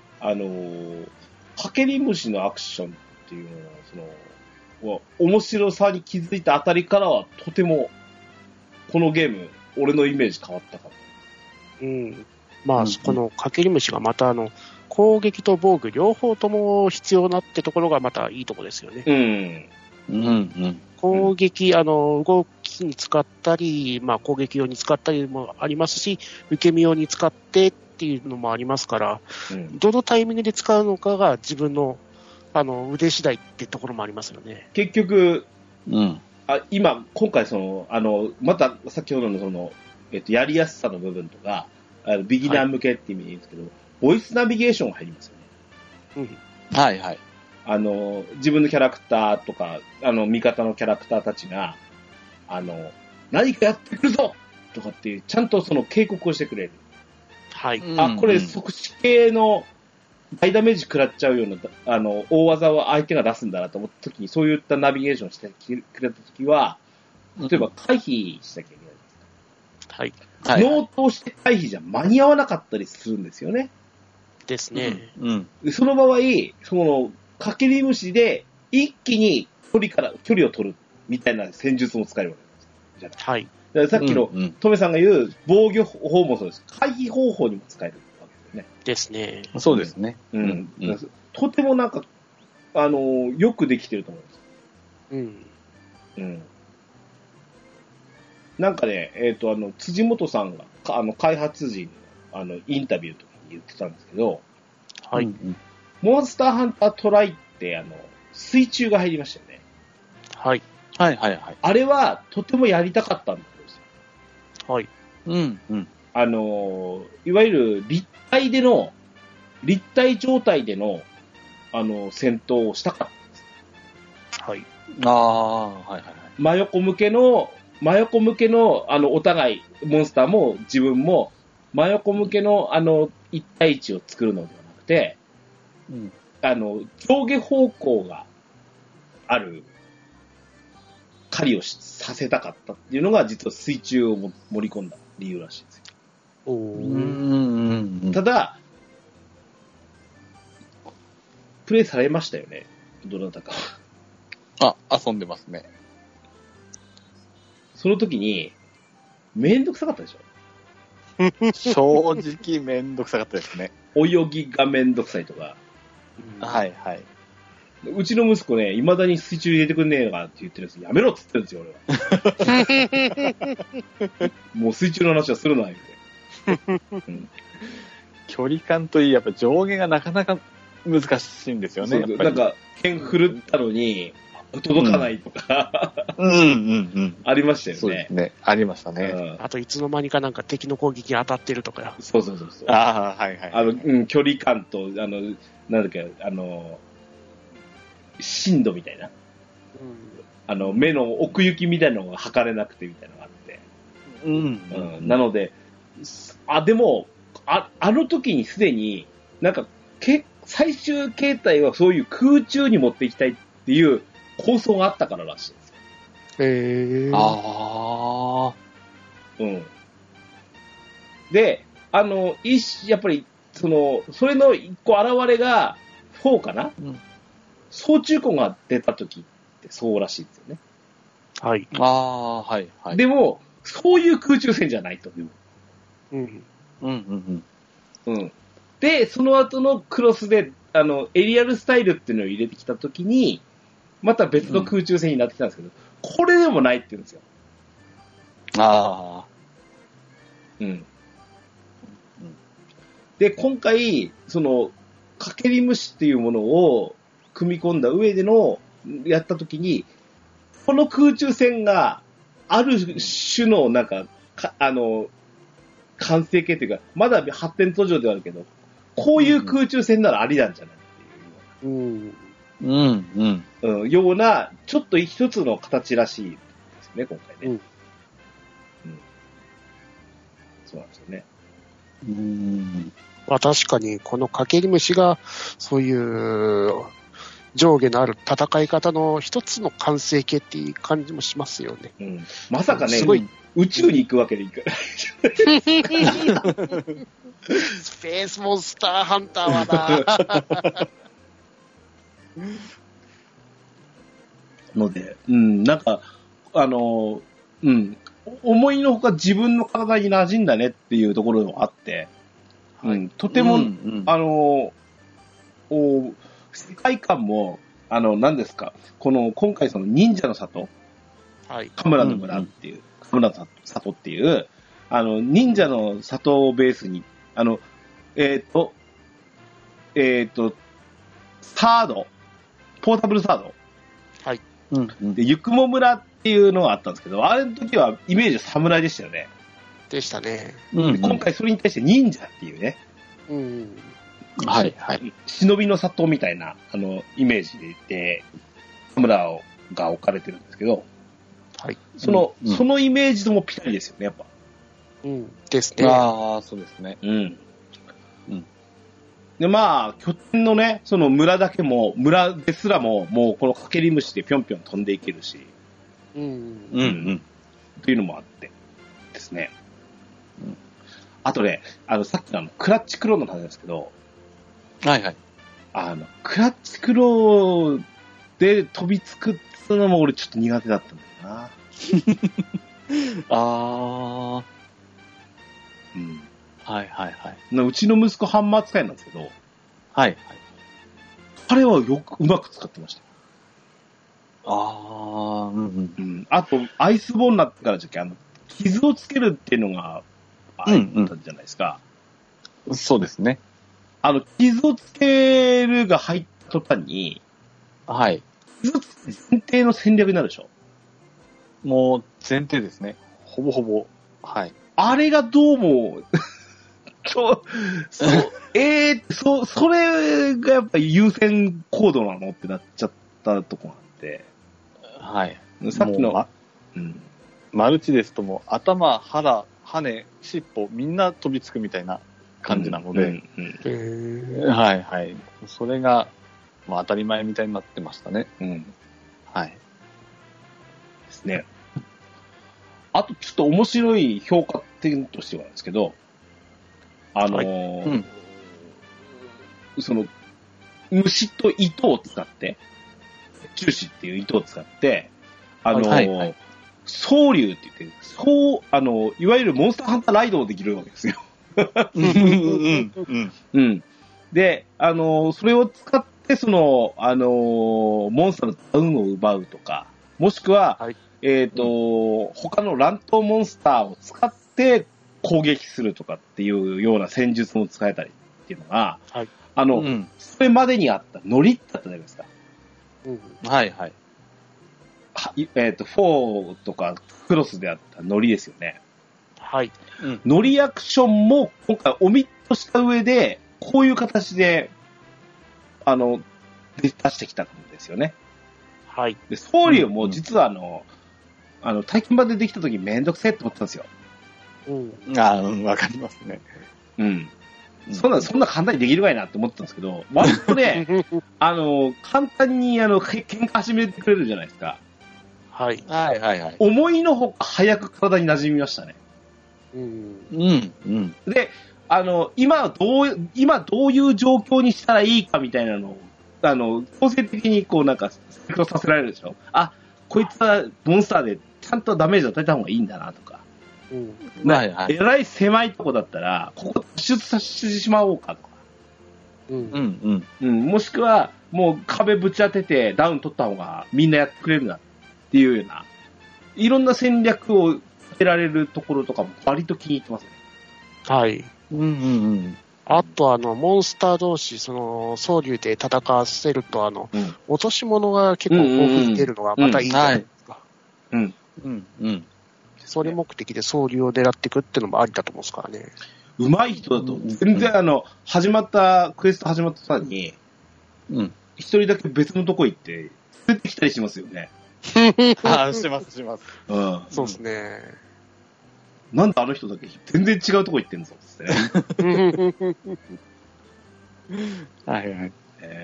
かけり虫のアクションっていうのは、面白さに気づいたあたりからは、とても、このゲーム、俺のイメージ変わったかな。このかけり虫がまた攻撃と防御両方とも必要なってところがまたいいところですよね。攻撃、動きに使ったり、攻撃用に使ったりもありますし、受け身用に使ってっていうのもありますから、どのタイミングで使うのかが自分の、腕次第ってところもありますよね。 結局、今回また先ほどのやりやすさの部分とか、ビギナー向けって意味で言うんですけど、ボイスナビゲーション入りますよね。 はいはい。 自分のキャラクターとか、味方のキャラクターたちが、何かやってくるぞとかっていう、ちゃんとその警告をしてくれる。 はい。 これ即死系の大ダメージ食らっちゃうような、大技を相手が出すんだなと思った時に、そういったナビゲーションしてくれた時は、例えば回避しなきゃいけないですか。はい。納刀して回避じゃ間に合わなかったりするんですよね。 ですね。 その場合、かけり虫で一気に距離を取るみたいな戦術も使えるわけです。 はい。 だからさっきのトメさんが言う防御法もそうです。回避方法にも使えるわけですね。 ですね。そうですね。 とてもなんか、よくできてると思うんです。なんかね、辻本さんが、開発時の、インタビューとかに言ってたんですけど、 はい。 モンスターハンタートライって、水中が入りましたよね。 はい。 はいはいはい。 あれは、とてもやりたかったんですよ。 はい。 いわゆる立体状態での、戦闘をしたかったんです。 はい。 はいはいはい。 真横向けの、お互い、モンスターも自分も、真横向けの、一対一を作るのではなくて、上下方向がある狩りをさせたかったっていうのが、実は水中を盛り込んだ理由らしいですよ。ただ、プレイされましたよね、どなたか。 遊んでますね。 その時に、めんどくさかったでしょ正直めんどくさかったですね。 泳ぎがめんどくさいとか。 はいはい。 うちの息子ね、未だに水中入れてくんねえのかって言ってるんですよ。やめろって言ってるんですよ、俺は。もう水中の話はするな、言うて。 距離感といい、やっぱ上下がなかなか難しいんですよね。 なんか、剣振るったのに、届かないとか、ありましたよね。 そうですね。ありましたね。 あといつの間にかなんか敵の攻撃に当たってるとか。 そう。 はいはい。 距離感と、なんだっけ、深度みたいな。目の奥行きみたいなのが測れなくてみたいなのがあって。なので、でも、あの時にすでに、なんか、最終形態はそういう空中に持っていきたいっていう構想があったかららしいです。で、やっぱり、それの一個現れが、4かな、総中古が出た時ってそうらしいですよね。 はい。 はいはい。 でも、そういう空中戦じゃないと。で、その後のクロスで、エリアルスタイルっていうのを入れてきた時に、また別の空中戦になってきたんですけど、これでもないって言うんですよ。で、今回、かけり虫っていうものを組み込んだ上での、やったときに、 この空中戦が、ある種の、なんか、完成形というか、まだ発展途上ではあるけど、こういう空中戦ならありなんじゃないっていうような、ちょっと一つの形らしいですね、今回ね。そうなんですよね。 まあ確かに、このかけり虫が、そういう上下のある戦い方の一つの完成形っていう感じもしますよね。 まさかね、すごい宇宙に行くわけでいかない。 スペースモンスターハンターはな。 ので、なんか、思いのほか自分の体に馴染んだねっていうところがあって、とても、世界観も、何ですか、今回その忍者の里、カムラの村っていう、カムラの里っていう、忍者の里をベースに、サード、ポータブルサード。で、ゆくも村っていうのがあったんですけど、あれの時はイメージは侍でしたよね。 でしたね。 で今回それに対して忍者っていうね。忍びの里みたいな、イメージでいて、カムラが置かれてるんですけど、そのイメージともぴったりですよね、やっぱ。 ですね。 ああ、そうですね。 で、まあ、拠点のね、その村ですらも、もうこのかけり虫でぴょんぴょん飛んでいけるし、というのもあってですね。あとね、さっきのクラッチクローの話ですけど、クラッチクローで飛びつくっていうのも俺ちょっと苦手だったんだよな。うちの息子ハンマー使いなんですけど、彼はよくうまく使ってました。あと、アイスボーンになってからの時、傷をつけるっていうのがあったじゃないですか。 そうですね。 傷をつけるが入った途端に、傷をつける前提の戦略になるでしょ。 もう前提ですね。ほぼほぼ。 あれがどうも、それがやっぱり優先行動なのってなっちゃったとこがあって。さっきの、 マルチですとも頭、腹、羽、尻尾、みんな飛びつくみたいな感じなので、それが、まあ、当たり前みたいになってましたね。 ですね。あと、ちょっと面白い評価点としてはなんですけど、その、虫と糸を使って、虫子っていう糸を使って、総流って言って、いわゆるモンスターハンターライドをできるわけですよ。で、それを使って、モンスターのダウンを奪うとか、もしくは、他の乱闘モンスターを使って攻撃するとかっていうような戦術も使えたりっていうのが、それまでにあったノリだったじゃないですか。4とかクロスであったノリですよね。ノリアクションも今回オミットした上で、こういう形で、出してきたんですよね。で、総流も実は体験版でできた時めんどくせえって思ったんですよ。 わかりますね。 そんな簡単にできるかいなって思ってたんですけど、割とね、簡単に喧嘩始めてくれるじゃないですか。思いのほか早く体に馴染みましたね。で、今どういう状況にしたらいいかみたいなのを、強制的にこうなんか、セレクトさせられるでしょ。こいつはモンスターでちゃんとダメージを与えた方がいいんだなとか。えらい狭いとこだったら、ここ突出させてしまおうかとか。もしくは、もう壁ぶち当ててダウン取った方がみんなやってくれるなっていうような、いろんな戦略を立てられるところとかも割と気に入ってますね。 あとモンスター同士、総流で戦わせると、落とし物が結構豊富に出るのがまたいいんじゃないですか。 うん。 うん。うん。それ目的で総流を狙っていくっていうのもありだと思うんですからね。 上手い人だと、全然クエスト始まった際に、うん。一人だけ別のとこ行って、連れてきたりしますよね。 します。 うん。そうですね。 なんであの人だけ全然違うとこ行ってんぞってね。 はい。はい。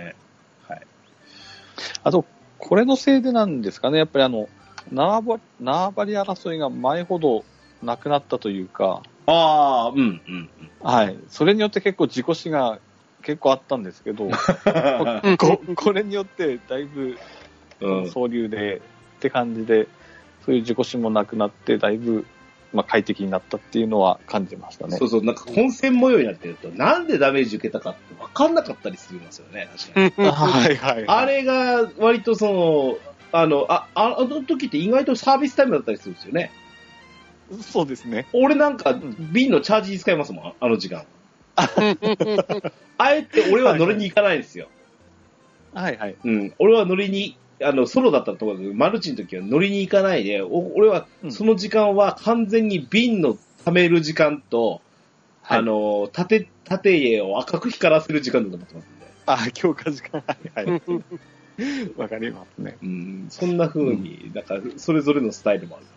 あと、これのせいでなんですかね、やっぱり縄張り争いが前ほどなくなったというか。 ああ、うん。 はい。それによって結構事故死が結構あったんですけど、これによってだいぶ、総流で、って感じで、そういう事故死もなくなって、だいぶ、快適になったっていうのは感じましたね。 そう、なんか混戦模様になってると、なんでダメージ受けたかって分かんなかったりするんですよね、確かに。 はい。 あれが、割とあの時って意外とサービスタイムだったりするんですよね。 そうですね。 俺なんか、瓶のチャージに使いますもん、あの時間。あえて俺は乗りに行かないんですよ。 はい。 うん。俺は乗りに、ソロだったと思うけど、マルチの時は乗りに行かないで、俺はその時間は完全に瓶の貯める時間と、縦絵を赤く光らせる時間だと思ってますんで。 強化時間。はい。わかりますね。 うん。そんな風に、だから、それぞれのスタイルもある。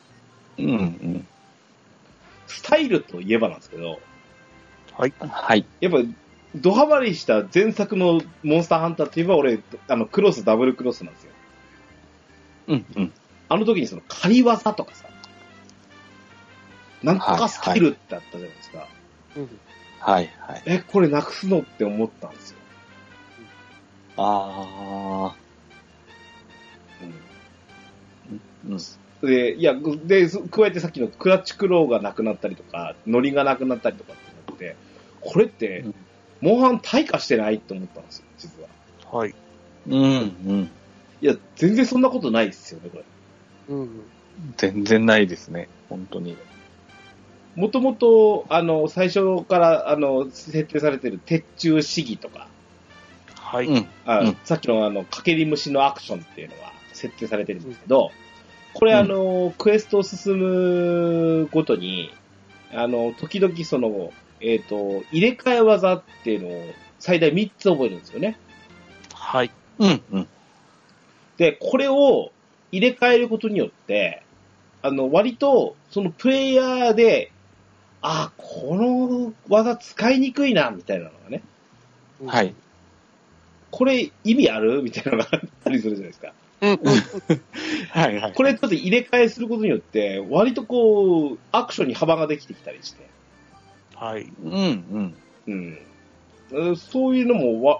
スタイルといえばなんですけど、 はい。 やっぱ、ドハマりした前作のモンスターハンターといえば俺、クロス、ダブルクロスなんですよ。あの時に狩り技とかさ、なんとかスキルってあったじゃないですか。 はい。 これなくすのって思ったんですよ。で、加えてさっきのクラッチクローがなくなったりとか、ノリがなくなったりとかってなって、これって、モンハン退化してないと思ったんですよ、実は。 はい。 いや、全然そんなことないですよね、これ。 全然ないですね、本当に。 もともと、最初から、設定されてる鉄柱試技とか、 はい。 さっきのかけり虫のアクションっていうのが設定されてるんですけど、これクエストを進むごとに、時々入れ替え技っていうのを最大3つ覚えるんですよね。 はい。 で、これを入れ替えることによって、割と、プレイヤーで、この技使いにくいな、みたいなのがね。 はい。 これ意味あるみたいなのがあったりするじゃないですか。 はい。 これちょっと入れ替えすることによって、割とアクションに幅ができてきたりして。 はい。 そういうのも、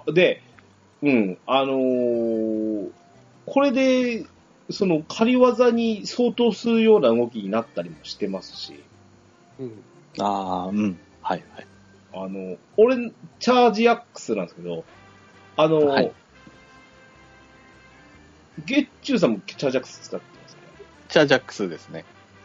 これで、仮技に相当するような動きになったりもしてますし。 はい。 俺、チャージアックスなんですけど、ゲッチューさんもチャージアックス使ってますね。 チャージアックスですね。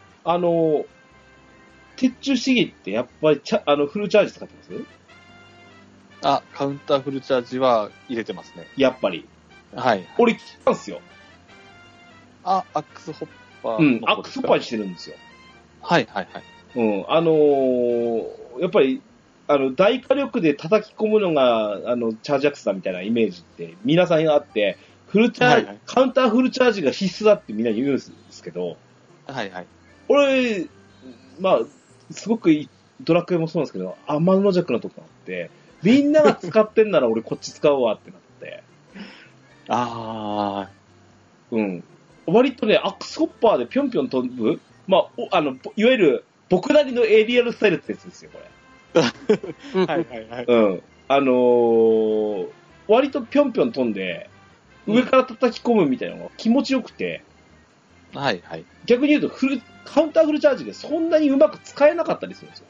鉄柱試技ってやっぱりフルチャージ使ってます？ カウンターフルチャージは入れてますね。 やっぱり。 はい。 俺聞いたんですよ。 アックスホッパー。 アックスホッパーにしてるんですよ。 はい。 やっぱり、大火力で叩き込むのが、チャージアックスだみたいなイメージって皆さんがあって、カウンターフルチャージが必須だってみんな言うんですけど、俺、すごくドラクエもそうなんですけど、天の弱のとこがあって、みんなが使ってんなら俺こっち使うわってなって。割とね、アックスホッパーでぴょんぴょん飛ぶ、いわゆる僕なりのエリアルスタイルってやつですよ、これ。割とぴょんぴょん飛んで、上から叩き込むみたいなのが気持ちよくて、逆に言うとカウンターフルチャージでそんなにうまく使えなかったりするんですよ。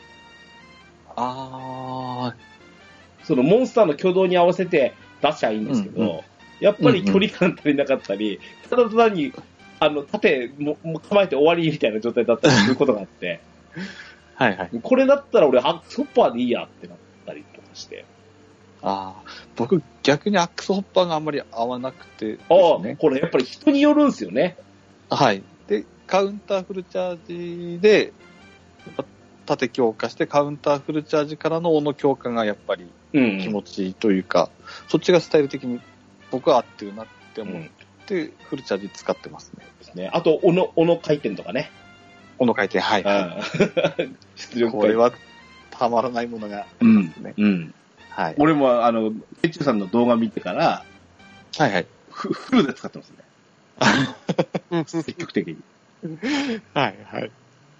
モンスターの挙動に合わせて出しちゃいいんですけど、やっぱり距離感足りなかったり、ただ単に盾も構えて終わりみたいな状態だったりすることがあって、これだったら俺アックスホッパーでいいやってなったりとかして。 僕逆にアックスホッパーがあんまり合わなくてですね。 これやっぱり人によるんですよね。 で、 カウンターフルチャージで、縦強化してカウンターフルチャージからの斧強化がやっぱり気持ちいいというか、そっちがスタイル的に僕は合ってるなって思ってフルチャージ使ってますね。 ですね。あと斧回転とかね。 斧回転、はい。 出力これはたまらないものがありますね。 はい。俺もケチュさんの動画見てから、 はいはい。 フルで使ってますね。積極的に。 はいはい。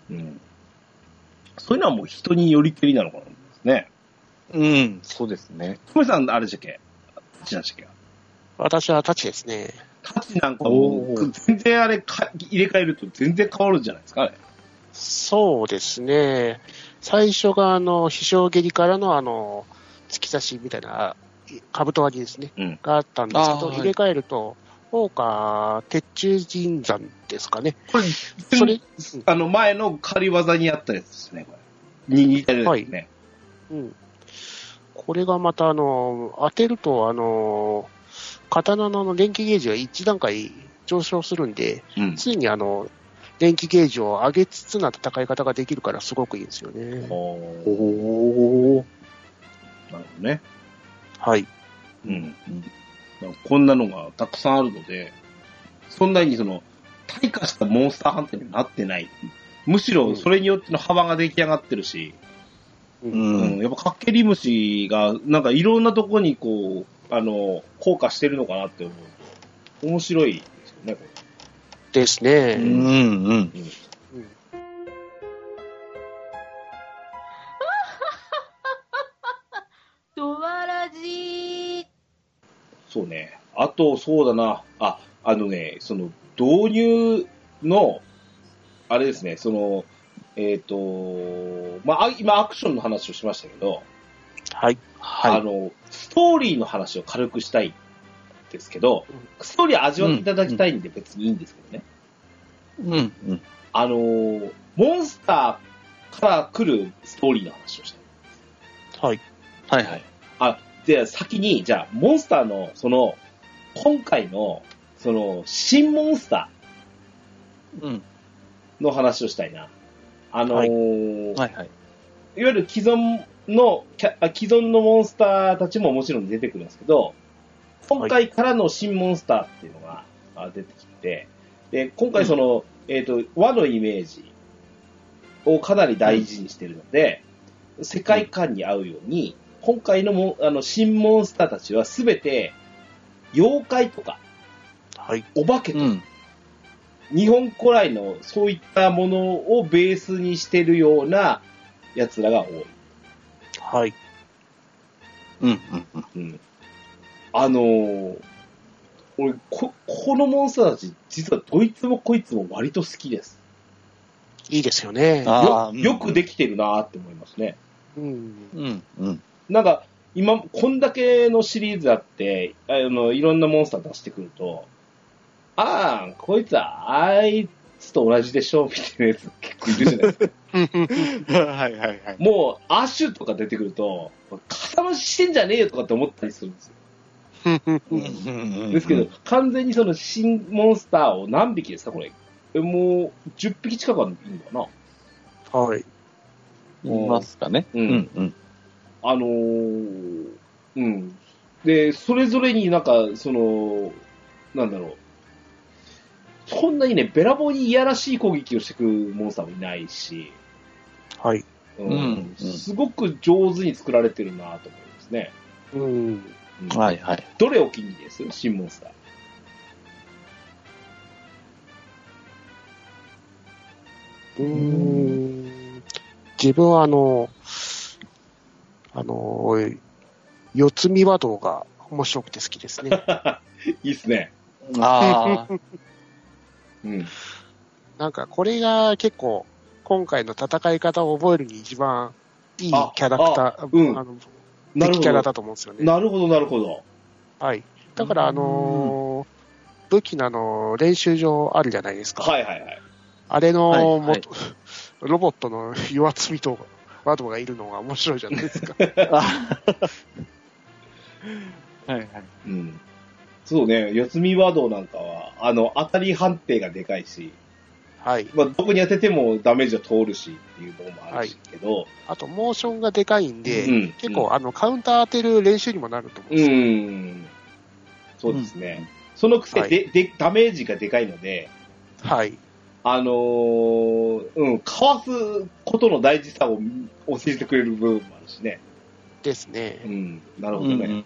そういうのはもう人によりけりなのかなですね。そうですね。 トメさん、あれでしたっけ？タチでしたっけ？ 私はタチですね。 タチなんかもう、全然入れ替えると全然変わるんじゃないですかね。 そうですね。最初が飛翔蹴りからの突き刺しみたいな、兜割りですね。があったんですけど、入れ替えると、大岡鉄柱神山ですかね。 これ、それ、前の仮技にあったやつですね、これ。に似てるんですね。 これがまた、当てると、刀の電気ゲージが1段階上昇するんで、ついに電気ゲージを上げつつな戦い方ができるからすごくいいですよね。 なるほどね。 はい。 こんなのがたくさんあるので、そんなに退化したモンスターハンターになってない。むしろそれによっての幅が出来上がってるし、やっぱカッケリムシがなんかいろんなとこにこう、効果してるのかなって思うと、面白いですよね、これ。 ですね。 ドワラジー。 そうね。あと、そうだな。導入の、あれですね、今アクションの話をしましたけど、 はい。 ストーリーの話を軽くしたいんですけど、ストーリー味わっていただきたいんで別にいいんですけどね。モンスターから来るストーリーの話をしたい。 はい。 はいはい。 じゃあ先に、じゃあ、モンスターの、今回の、新モンスターの話をしたいな。いわゆる既存のモンスターたちももちろん出てくるんですけど、今回からの新モンスターっていうのが出てきて、で、今回和のイメージをかなり大事にしているので、世界観に合うように、今回の新モンスターたちはすべて、妖怪とか、お化けとか、日本古来のそういったものをベースにしてるような奴らが多い。 はい。 俺、このモンスターたち、実はどいつもこいつも割と好きです。 いいですよね。 よくできてるなーって思いますね。なんか、今、こんだけのシリーズあって、いろんなモンスター出してくると、こいつは、あいつと同じでしょみたいなやつ結構いるじゃないですか。もう、アッシュとか出てくると、固まししてんじゃねえよとかって思ったりするんですよ。ですけど、完全に新モンスターを何匹ですかこれ。もう、10匹近くあるのかな。 はい。 いますかね。 で、それぞれになんか、なんだろう。そんなにね、べらぼうにいやらしい攻撃をしてくるモンスターもいないし、 はい。 すごく上手に作られてるなと思いますね。 はいはい。 どれお気に入りです新モンスター。自分は四つ見和道が面白くて好きですね。 いいっすね。 なんかこれが結構今回の戦い方を覚えるに一番いいキャラクター、敵キャラだと思うんですよね。 なるほど、なるほど。 はい。だから武器の練習場あるじゃないですか。あれのロボットの弱つみとワドがいるのが面白いじゃないですか。 そうね、四つ見ワドなんかは、当たり判定がでかいし、 はい。 まあ、どこに当ててもダメージは通るしっていうのもあるしけど、 あと、モーションがでかいんで、結構、カウンター当てる練習にもなると思うんですよ。 そうですね。そのくせで、ダメージがでかいので、 はい。 かわすことの大事さを教えてくれる部分もあるしね。 ですね。 なるほどね。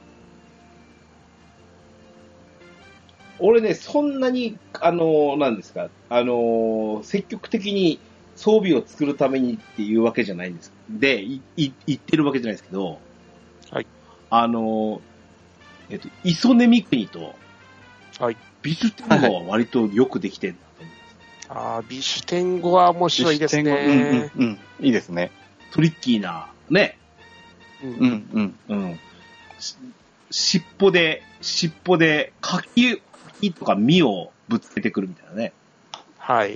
俺ね、そんなに、なんですか、積極的に装備を作るためにっていうわけじゃないんです。で、言ってるわけじゃないですけど、 はい。 磯根三国と、 はい。 ビシュテンゴは割とよくできてるなと思います。 ビシュテンゴは面白いですね。 いいですね。 トリッキーな、ね。尻尾で、柿とか実をぶつけてくるみたいなね。 はい。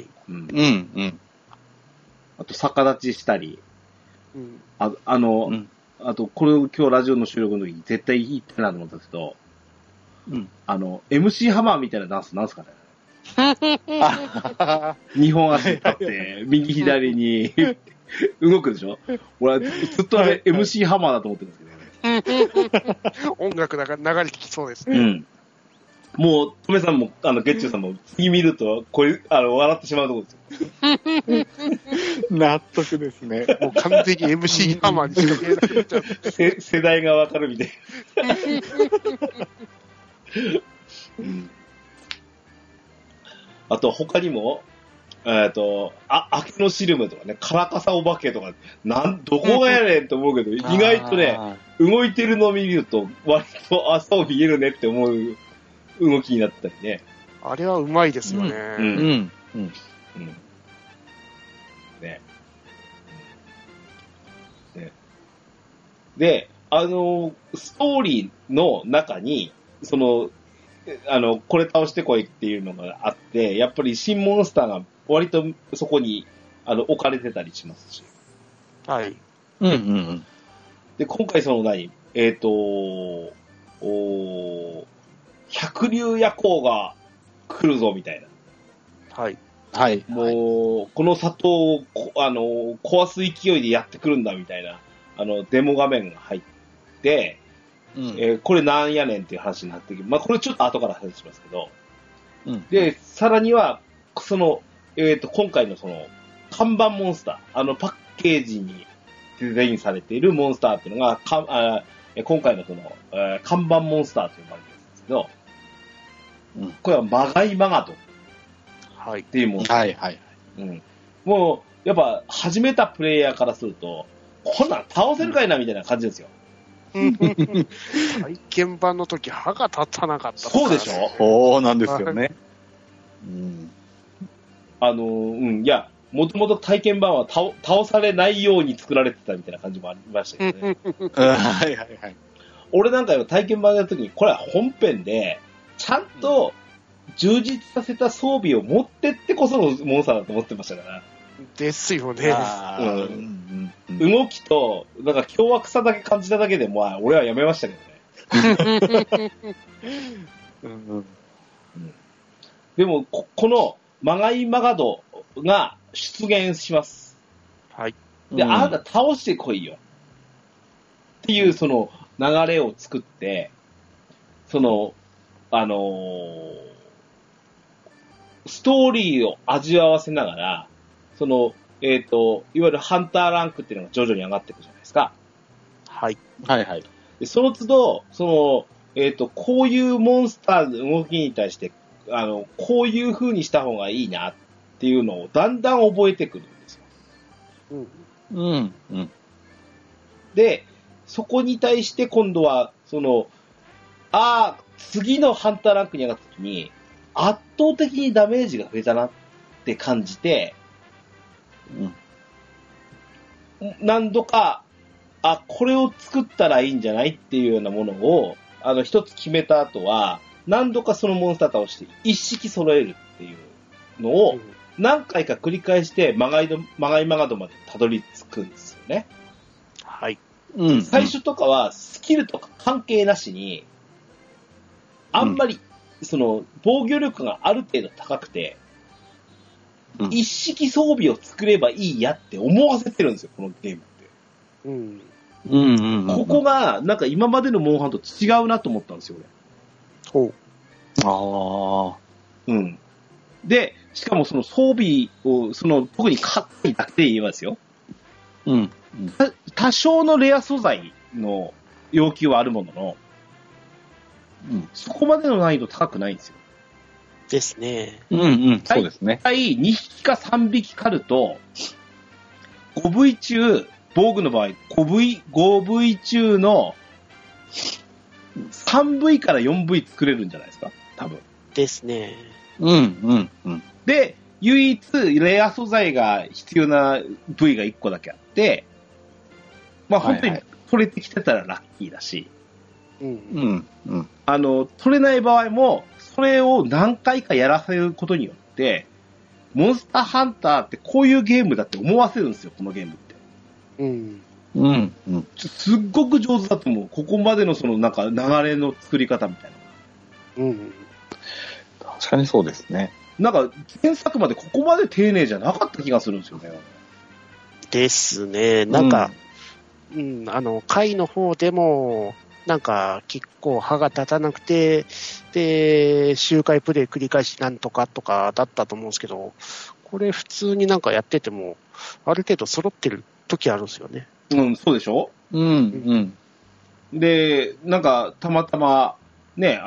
あと、逆立ちしたり。あと、これを今日ラジオの収録の時に絶対言ってなと思ったんですけど、MC ハマーみたいなダンスなんすかね2本足立って、右左に動くでしょ。俺はずっとMC ハマーだと思ってるんですけどね。 音楽が流れてきそうですね。 もう、トメさんも、ゲッチューさんも、次見ると、笑ってしまうところですよ。 納得ですね。 もう完全に MC ハマーにしか見えなくなっちゃう。 世代がわかるみたいな。あと、他にも、明けのシルムとかね、カラカサお化けとか、どこがやねんって思うけど、意外とね、動いてるのを見ると、割と、そう見えるねって思う動きになったりね。 あれはうまいですよね。 で、ストーリーの中に、これ倒してこいっていうのがあって、やっぱり新モンスターが割とそこに、置かれてたりしますし。 はい。 で、今回百竜夜行が来るぞみたいな。 はい。 はい。 もう、この里を、壊す勢いでやってくるんだみたいな、デモ画面が入って、これなんやねんっていう話になってきて、まあこれちょっと後から話しますけど、で、さらには、今回の看板モンスター、パッケージにデザインされているモンスターっていうのが、今回の看板モンスターと呼ばれてるんですけど、これはマガイマガドっていうモンスター。もう、やっぱ、始めたプレイヤーからすると、こんなん倒せるかいなみたいな感じですよ。 体験版の時歯が立たなかった、 そうでしょ。 そうなんですよね。 いや、もともと体験版は倒されないように作られてたみたいな感じもありましたけどね。俺なんかの体験版やるときに、これは本編で、ちゃんと充実させた装備を持ってってこそのモンスターだと思ってましたから。 ですよね。 動きと、なんか凶悪さだけ感じただけでも、俺はやめましたけどね。でもこのマガイマガドが出現します。 はい。 で、あなた倒してこいよ。っていうその流れを作って、ストーリーを味わわせながら、いわゆるハンターランクっていうのが徐々に上がっていくじゃないですか。 はい。 でその都度、こういうモンスターの動きに対して、こういう風にした方がいいなっていうのをだんだん覚えてくるんですよ。で、そこに対して今度は、次のハンターランクに上がった時に、圧倒的にダメージが増えたなって感じて、何度か、これを作ったらいいんじゃないっていうようなものを、一つ決めた後は、何度かそのモンスター倒して一式揃えるっていうのを、何回か繰り返して、マガイマガドまでたどり着くんですよね。 はい。 最初とかは、スキルとか関係なしに、あんまり、防御力がある程度高くて、 一式装備を作ればいいやって思わせてるんですよ、このゲームって。ここが、なんか今までのモンハンと違うなと思ったんですよ、 俺。 で、しかもその装備を、特に硬いだけで言えばですよ。多少のレア素材の要求はあるものの、そこまでの難易度高くないんですよ。 ですね。 そうですね。 大体2匹か3匹狩ると、5V 中、防具の場合、5V 中の 3V から 4V 作れるんじゃないですか、多分。 ですね。 で、唯一レア素材が必要な部位が1個だけあって、まあ本当に取れてきてたらラッキーだし、取れない場合も、それを何回かやらせることによって、モンスターハンターってこういうゲームだって思わせるんですよ、このゲームって。すっごく上手だと思う。ここまでのなんか流れの作り方みたいな。 確かにそうですね。 なんか前作までここまで丁寧じゃなかった気がするんですよね。 ですね。なんか、回の方でも、なんか結構歯が立たなくて、で、周回プレイ繰り返しなんとかとかだったと思うんですけど、これ普通になんかやってても、ある程度揃ってる時あるんですよね。 そうでしょ？で、なんかたまたま、ね、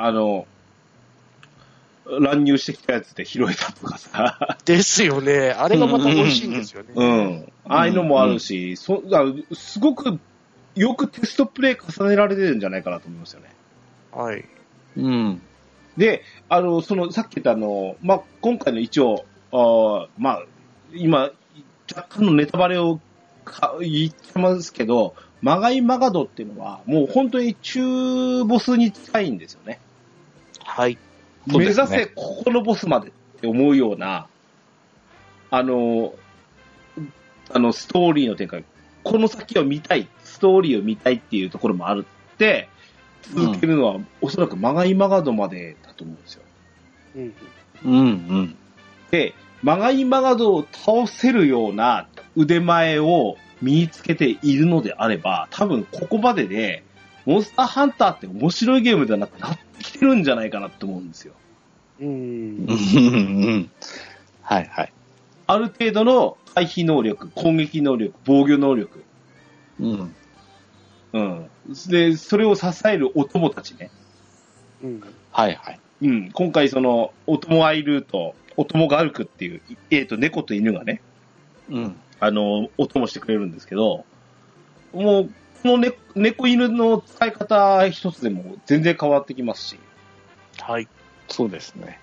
乱入してきたやつで拾えたとかさ。 ですよね。あれがまた美味しいんですよね。 ああいうのもあるし、すごくよくテストプレイ重ねられてるんじゃないかなと思いますよね。 はい。 で、さっき言ったまあ、今回の一応、まあ、今、若干のネタバレを言ってますけど、マガイマガドっていうのは、もう本当に中ボスに近いんですよね。 はい。 目指せここのボスまでって思うような、ストーリーの展開、この先を見たい、ストーリーを見たいっていうところもあるって、続けるのは、おそらくマガイマガドまでだと思うんですよ。で、マガイマガドを倒せるような腕前を身につけているのであれば、多分ここまでで、モンスターハンターって面白いゲームではなくなってきてるんじゃないかなと思うんですよ。 はいはい。 ある程度の回避能力、攻撃能力、防御能力。で、それを支えるお供たちね。 はいはい。 今回お供アイルーと、お供ガルクっていう、猫と犬がね、お供してくれるんですけど、もう、この猫犬の使い方一つでも全然変わってきますし。 はい。 そうですね。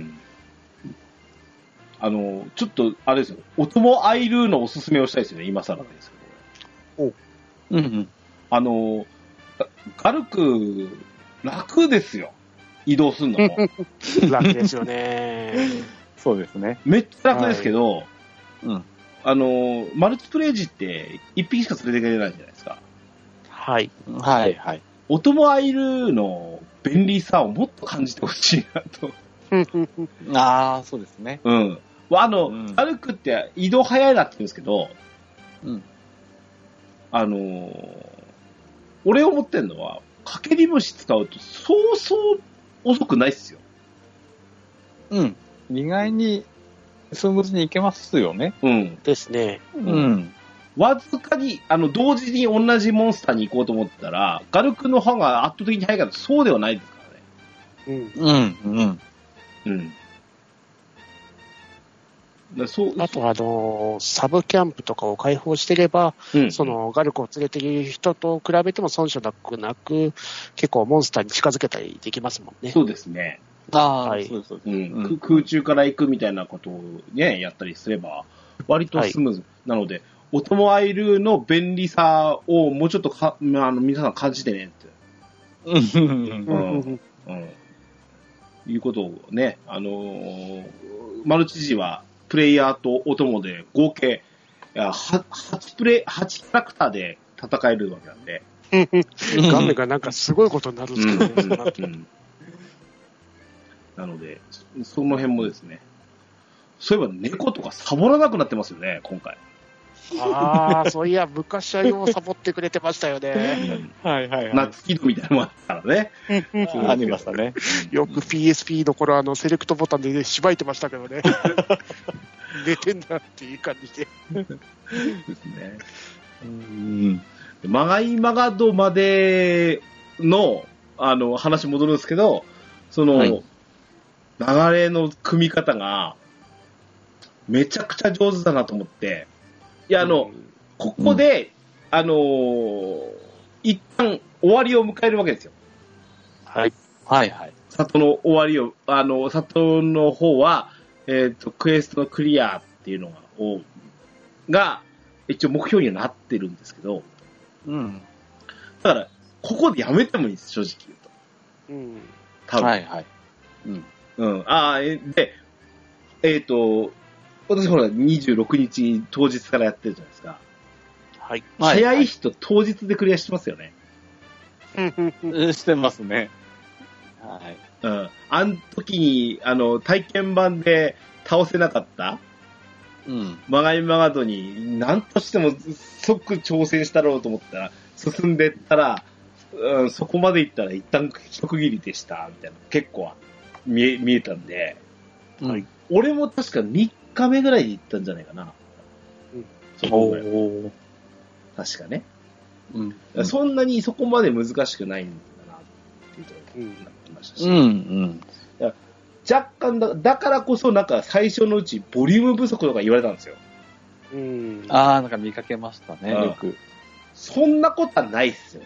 ちょっと、あれですよ、お供アイルーのおすすめをしたいですよね、今更ですけど。ガルク、楽ですよ。移動するのも。 楽ですよね。 そうですね。 めっちゃ楽ですけど、マルチプレイ時って一匹しか連れてくれないじゃないですか。 はいはい。 お供アイルーの便利さをもっと感じてほしいなと。 そうですね。 ガルクって移動早いなって言うんですけど、俺思ってんのは、かけり虫使うとそうそう遅くないっすよ。 意外にスムーズにいけますよね。 ですね。 わずかに、同時に同じモンスターに行こうと思ったら、ガルクの方が圧倒的に速いから、そうではないですからね。 あとサブキャンプとかを開放してれば、ガルクを連れている人と比べても損傷なく、結構モンスターに近づけたりできますもんね。 そうですね。 はい。 空中から行くみたいなことをね、やったりすれば、割とスムーズ。なので、お供アイルの便利さをもうちょっと皆さん感じてねって。いうことをね、マルチ時は、プレイヤーとお供で合計8キャラクターで戦えるわけなんで。 画面がなんかすごいことになるんですけどね。 なので、その辺もですね、 そういえば猫とかサボらなくなってますよね、今回。 ああ、そういや、昔はようサボってくれてましたよね。 はいはいはい。 夏木戸みたいなのもあったからね。 ありましたね。 よく PSP の頃セレクトボタンで、ね、しばいてましたけどね。寝てんだっていう感じで。 ですね。まがいまがどまでの、話戻るんですけど、はい、流れの組み方が、めちゃくちゃ上手だなと思って、いや、ここで、一旦終わりを迎えるわけですよ。 はい。 はいはい。 里の終わりを、里の方は、クエストのクリアっていうのが、一応目標にはなってるんですけど、 うん。 だから、ここでやめてもいいです、正直言うと。 うん。 多分。 はいはい。 うん。で、私ほら、26日当日からやってるじゃないですか。 はい。 早い人当日でクリアしてますよね。 してますね。はい。 うん。あの時に、体験版で倒せなかった、まがいまがどに、何としても即挑戦したろうと思ったら、進んでったら、そこまで行ったら一旦一区切りでした、みたいな、結構見えたんで、 はい。 俺も確か3日目ぐらいに行ったんじゃないかな。そこぐらい。確かね。そんなにそこまで難しくないんだな、っていうところになってましたし。若干だからこそなんか最初のうちボリューム不足とか言われたんですよ。 なんか見かけましたね、よく。 そんなことはないっすよ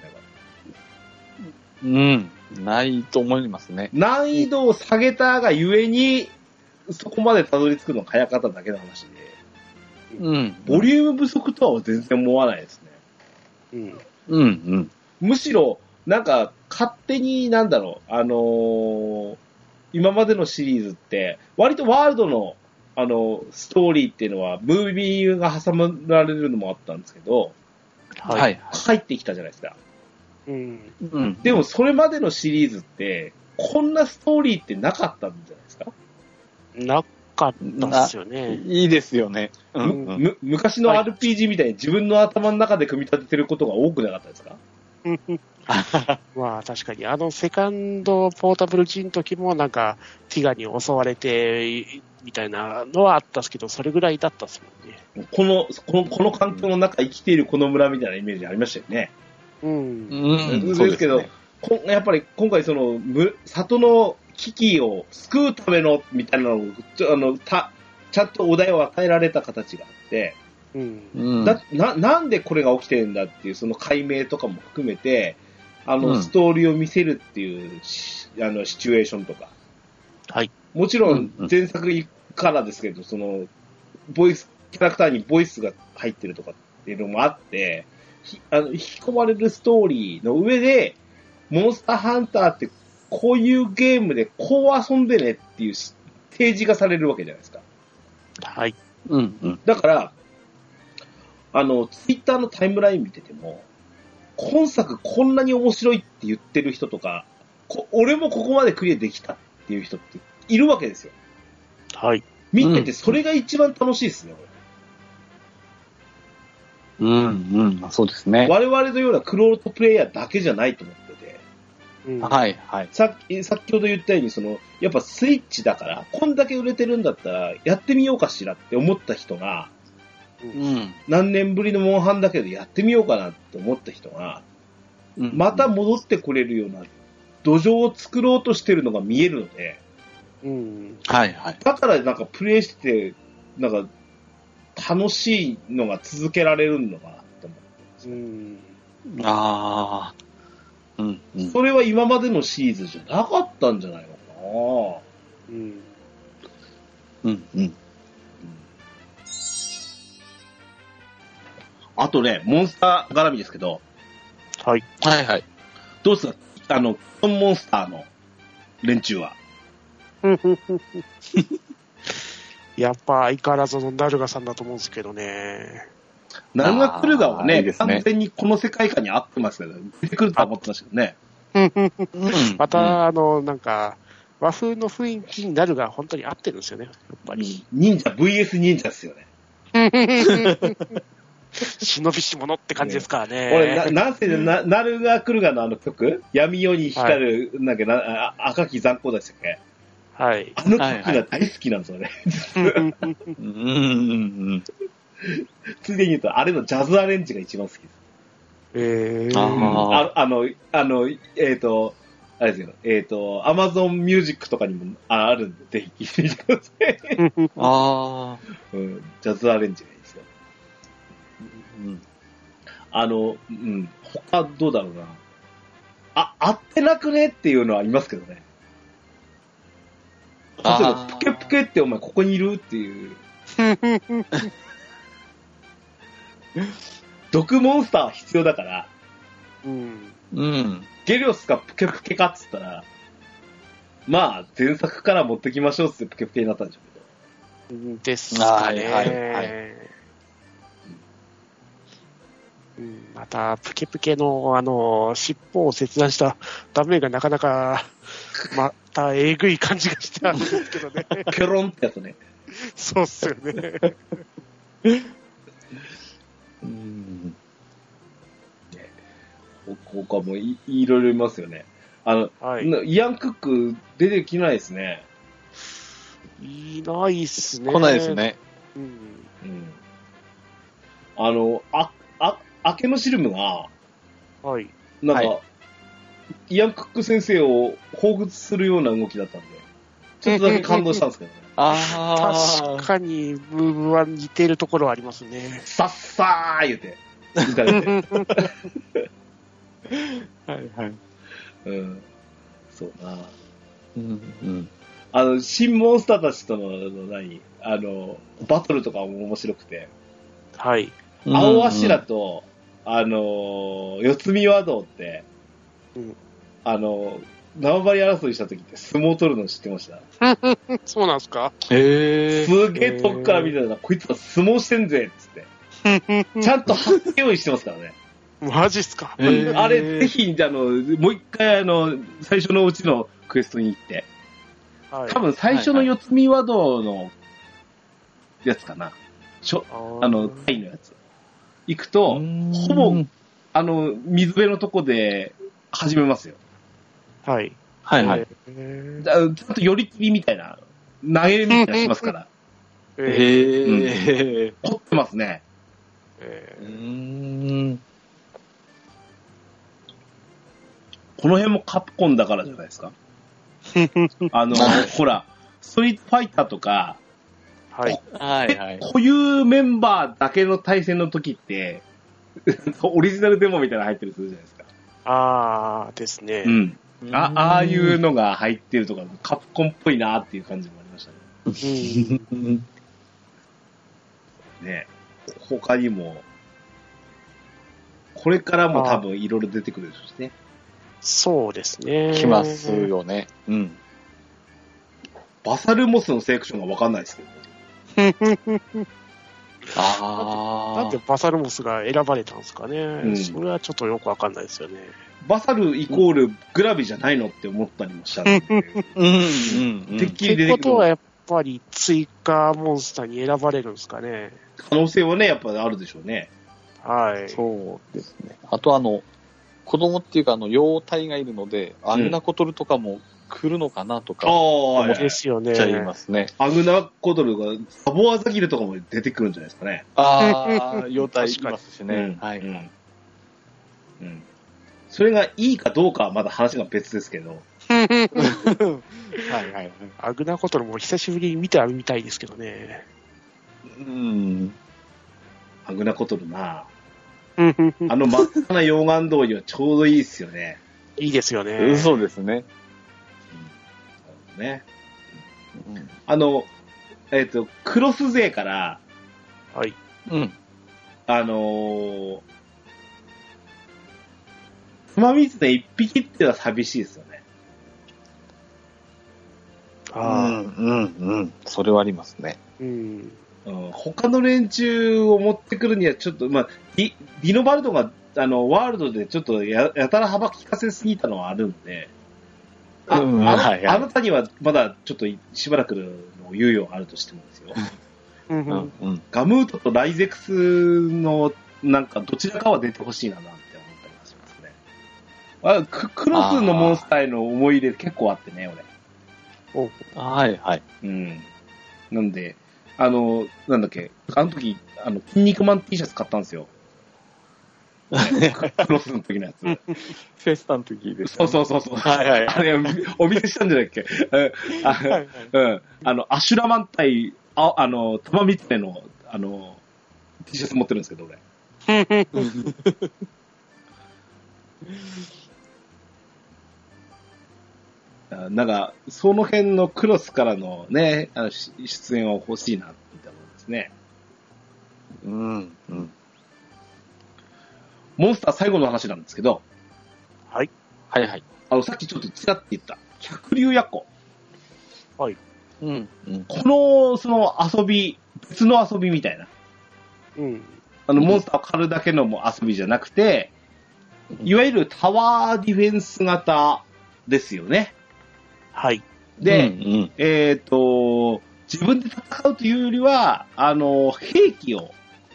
ね。ないと思いますね。 難易度を下げたがゆえに、そこまでたどり着くのが早かっただけの話で。ボリューム不足とは全然思わないですね。むしろ、なんか、勝手になんだろう、今までのシリーズって、割とワールドの、ストーリーっていうのは、ムービーが挟まられるのもあったんですけど、入ってきたじゃないですか。でも、それまでのシリーズって、こんなストーリーってなかったんじゃないですか？ なかったですよね。 いいですよね。 昔の RPG みたいに自分の頭の中で組み立ててることが多くなかったですか？ まあ確かにセカンドポータブルGの時もなんかティガに襲われてみたいなのはあったんですけど、それぐらいだったですもんね。 この環境の中生きているこの村みたいなイメージありましたよね。そうですけど、やっぱり今回里の危機を救うためのみたいなのをちゃんとお題を与えられた形があって、なんでこれが起きてるんだっていうその解明とかも含めて、ストーリーを見せるっていうシチュエーションとか。 はい。 もちろん前作からですけど、キャラクターにボイスが入ってるとかっていうのもあって、引き込まれるストーリーの上で、モンスターハンターってこういうゲームでこう遊んでねっていう提示がされるわけじゃないですか。 はい。 だから、ツイッターのタイムライン見てても、今作こんなに面白いって言ってる人とか、俺もここまでクリアできたっていう人っているわけですよ。 はい。 見ててそれが一番楽しいですね、 そうですね。 我々のようなクロートプレイヤーだけじゃないと思ってて。 はいはい。 先ほど言ったように、やっぱスイッチだから、こんだけ売れてるんだったら、やってみようかしらって思った人が、何年ぶりのモンハンだけどやってみようかなって思った人が、また戻ってこれるような土壌を作ろうとしてるのが見えるので、 はいはい。 だからなんかプレイしてて、なんか楽しいのが続けられるのかなって思って。それは今までのシリーズじゃなかったんじゃないのかな。あとね、モンスター絡みですけど。 はい。 はいはい。 どうですかモンスターの連中は。 やっぱ相変わらずのナルガさんだと思うんですけどね。 ナルガクルガはね、完全にこの世界観に合ってますけど、出てくるとは思ってましたけどね。 また、なんか、 和風の雰囲気になるが本当に合ってるんですよね、やっぱり。 忍者 VS 忍者ですよね。 忍びし者って感じですからね。 俺、なんせなるが来るがのあの曲、闇夜に光る、なんか赤き残光でしたっけ？ はい。 あの曲が大好きなんですよね。ついでに言うと、あれのジャズアレンジが一番好きです。あれですよ、Amazon Music とかにもあるんで、ぜひ聴いてみてください。ジャズアレンジがいいですよ。他どうだろうな。合ってなくねっていうのはありますけどね。例えば、プケプケってお前ここにいるっていう。毒モンスターは必要だから、ゲリオスかプケプケかっつったら、まあ、前作から持ってきましょうってプケプケになったんでしょうけど。 ですかね。また、プケプケの尻尾を切断した断面がなかなか、またえぐい感じがしてあるんですけどね。 ケロンってやつね。 そうっすよね。 他もいろいろいますよね。イアン・クック出てきないですね。 いないっすね。 来ないですね。 明けのシルムが、 はい。 なんか、イアン・クック先生を彷彿するような動きだったんで、ちょっとだけ感動したんですけどね。 確かに、ムーブは似てるところはありますね。 さっさー言うて、撃たれて。 はいはい。 そうな。新モンスターたちとのバトルとかも面白くて。 はい。 青柱と、四つ見和道って、縄張り争いした時って相撲取るの知ってました？ そうなんすか？ すげえ遠くから見てたら、こいつは相撲してんぜっつって。ちゃんと発表用意してますからね。 マジっすか？ あれ、ぜひ、もう一回、最初のうちのクエストに行って、多分最初の四つ見和道のやつかな。タイのやつ。行くと、ほぼ、水辺のとこで始めますよ。 はい。 はいはい。 ちゃんと寄り切りみたいな、投げみたいなしますから。凝ってますね。この辺もカプコンだからじゃないですか。ほら、ストリートファイターとか、固有メンバーだけの対戦の時って、オリジナルデモみたいなの入ってるするじゃないですか。 ですね。 ああいうのが入ってるとか、カプコンっぽいなっていう感じもありましたね。ね、他にも、これからも多分いろいろ出てくるでしょうしね。 そうですね。 来ますよね。 バサルモスのセレクションが分かんないですけど。 なんでバサルモスが選ばれたんですかね。それはちょっとよく分かんないですよね。 バサルイコールグラビじゃないのって思ったりもしたんで。 てっきり出てくる。ってことはやっぱり追加モンスターに選ばれるんですかね。 可能性はね、やっぱりあるでしょうね。 はい。そうですね。あと子供っていうか幼体がいるので、アグナコトルとかも来るのかなとか思っちゃいますね。 アグナコトルがサボアザギルとかも出てくるんじゃないですかね。 幼体いますしね。はい。 それがいいかどうかはまだ話が別ですけど。 はいはい。アグナコトルも久しぶりに見てはみたいですけどね。 アグナコトルな。真っ赤な溶岩通りはちょうどいいですよね。 いいですよね。 そうですね。 クロス勢から、 はい。 つまみずで一匹ってのは寂しいですよね。 それはありますね。 他の連中を持ってくるにはちょっと、ディノバルドがワールドでちょっとやたら幅利かせすぎたのはあるんで、 あなたにはまだちょっとしばらくの猶予あるとしてもですよ。ガムートとライゼクスのなんかどちらかは出てほしいななんて思ったりしますね。クロスのモンスターへの思い入れ結構あってね、 俺。はいはい。 なんで、なんだっけ、あの時、筋肉マン T シャツ買ったんですよ。クロスの時のやつ。フェスタの時です、 ね。そう。はいはい。あれ、お見せしたんじゃないっけ。アシュラマン対、玉三つ目の、T シャツ持ってるんですけど、俺。なんか、その辺のクロスからのね、出演は欲しいな、みたいなものですね。モンスター最後の話なんですけど。 はい。 はいはい。 さっきちょっとちらって言った、百竜夜行。 はい。 この、その遊び、別の遊びみたいな。モンスターを狩るだけの遊びじゃなくて、いわゆるタワーディフェンス型ですよね。 はい。 で、自分で戦うというよりは、兵器を、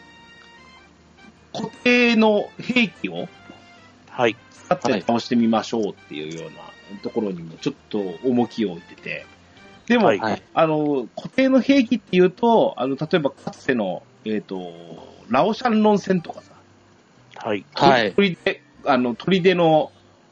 固定の兵器を、 はい。 使って倒してみましょうっていうようなところにもちょっと重きを置いてて、でも、固定の兵器っていうと、例えばかつての、ラオシャンロン戦とかさ、 はい。 砦の、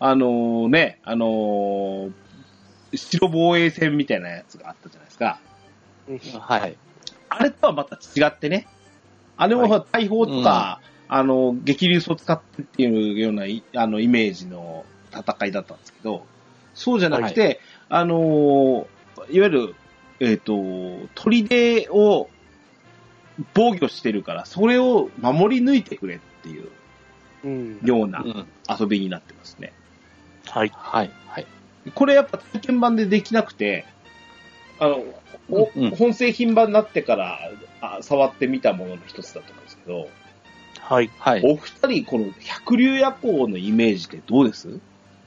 白防衛戦みたいなやつがあったじゃないですか。 はい。 あれとはまた違ってね、あれも大砲とか、激流を使ってっていうような、イメージの戦いだったんですけど、そうじゃなくて、いわゆる、砦を防御してるから、それを守り抜いてくれっていうような遊びになってますね。 はい。 はい。はい。 これやっぱ体験版でできなくて、本製品版になってから触ってみたものの一つだと思うんですけど、 はい。 はい。 お二人、この百竜夜行のイメージってどうです？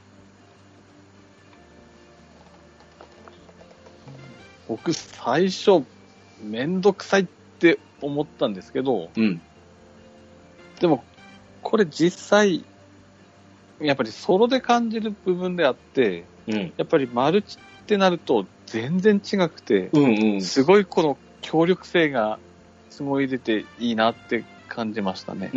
僕、最初、めんどくさいって思ったんですけど、でも、これ実際、やっぱりソロで感じる部分であって、やっぱりマルチってなると全然違くて、すごいこの協力性がすごい出ていいなって感じましたね。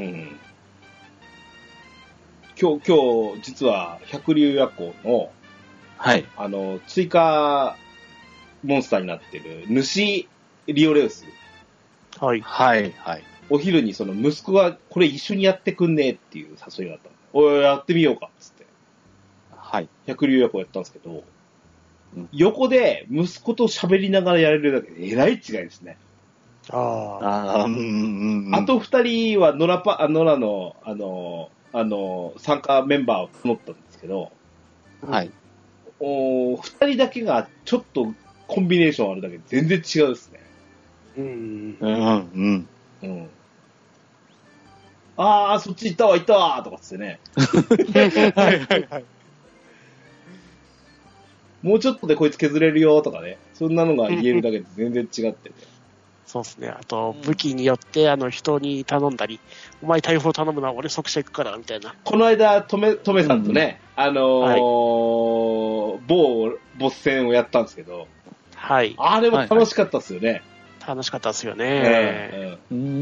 今日、実は百竜夜行の、 はい。 追加モンスターになってる、主リオレウス。 はい。 はい。はい。 お昼にその息子がこれ一緒にやってくんねえっていう誘いがあったの。おい、やってみようかっつって。 はい。 百竜夜行やったんですけど、横で息子と喋りながらやれるだけでえらい違いですね。あと二人は野良の、参加メンバーを募ったんですけど、 はい。 二人だけがちょっとコンビネーションあるだけで全然違うですね。ああ、そっち行ったわとかつってね。もうちょっとでこいつ削れるよとかね。そんなのが言えるだけで全然違ってて。 そうですね。あと、武器によって、人に頼んだり、お前大砲頼むのは俺即射行くから、みたいな。 この間、トメさんとね、某ボス戦をやったんですけど、 はい。 あれも楽しかったですよね。 楽しかったですよね。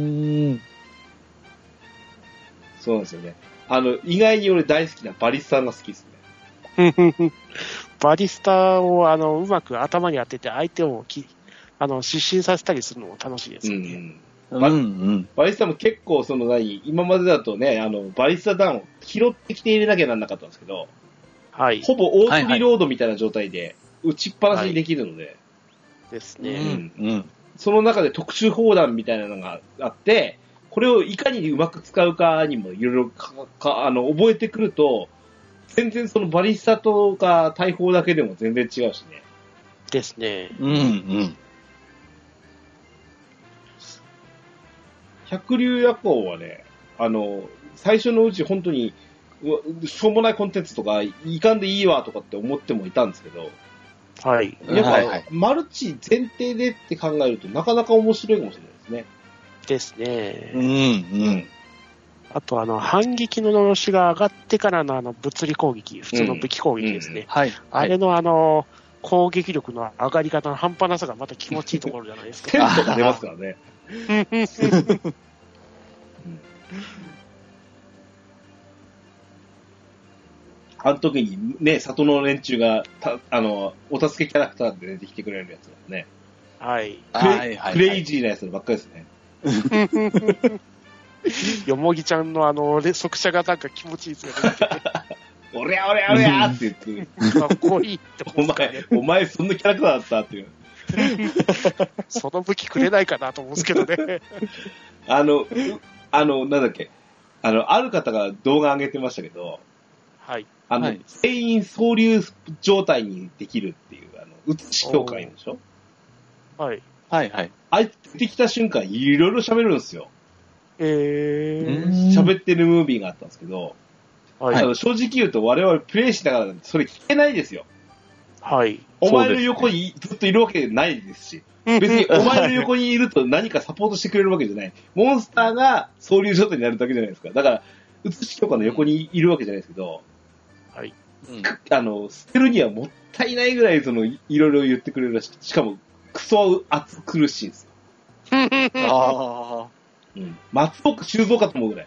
そうなんですよね。意外に俺大好きなバリスタが好きですね。 バリスタをうまく頭に当てて相手を失神させたりするのも楽しいですよね。 バリスタも結構今までだとね、バリスタ弾を拾ってきて入れなきゃなんなかったんですけど、 はい。 ほぼオートリロードみたいな状態で打ちっぱなしにできるので、 ですね。 その中で特殊砲弾みたいなのがあって、これをいかにうまく使うかにもいろいろ覚えてくると、全然そのバリスタとか大砲だけでも全然違うしね。 ですね。 百竜夜行はね、最初のうち本当にしょうもないコンテンツとか、いかんでいいわとかって思ってもいたんですけど、 はい。 やっぱ、マルチ前提でって考えると、なかなか面白いかもしれないですね。 ですね。 うん。 あと、反撃ののろしが上がってからの物理攻撃、普通の武器攻撃ですね。 はい。 あれの攻撃力の上がり方の半端なさがまた気持ちいいところじゃないですか。 テントが出ますからね。あの時にね、里の連中が、お助けキャラクターで出てきてくれるやつだね。 はい。 クレイジーなやつばっかりですね。 よもぎちゃんの速射がなんか気持ちいいですよね。 おりゃおりゃおりゃって言って。 かっこいいって思う、ね。 お前そんなキャラクターだったっていう。 その武器くれないかなと思うんですけどね。 なんだっけ。ある方が動画上げてましたけど、 はい。 全員総流状態にできるっていう、写し協会でしょ？ はい。 はい。 あいつ出てきた瞬間、いろいろ喋るんですよ。喋ってるムービーがあったんですけど、 はい、 正直言うと我々プレイしながらそれ聞けないですよ。 はい。 お前の横にずっといるわけないですし、別にお前の横にいると何かサポートしてくれるわけじゃない。モンスターが総流状態になるだけじゃないですか。だから、写し協会の横にいるわけじゃないですけど、 はい。 捨てるにはもったいないぐらい、いろいろ言ってくれるらしい。しかも、クソ熱苦しいんですよ。 ああ。 うん。松岡修造かと思うぐらい。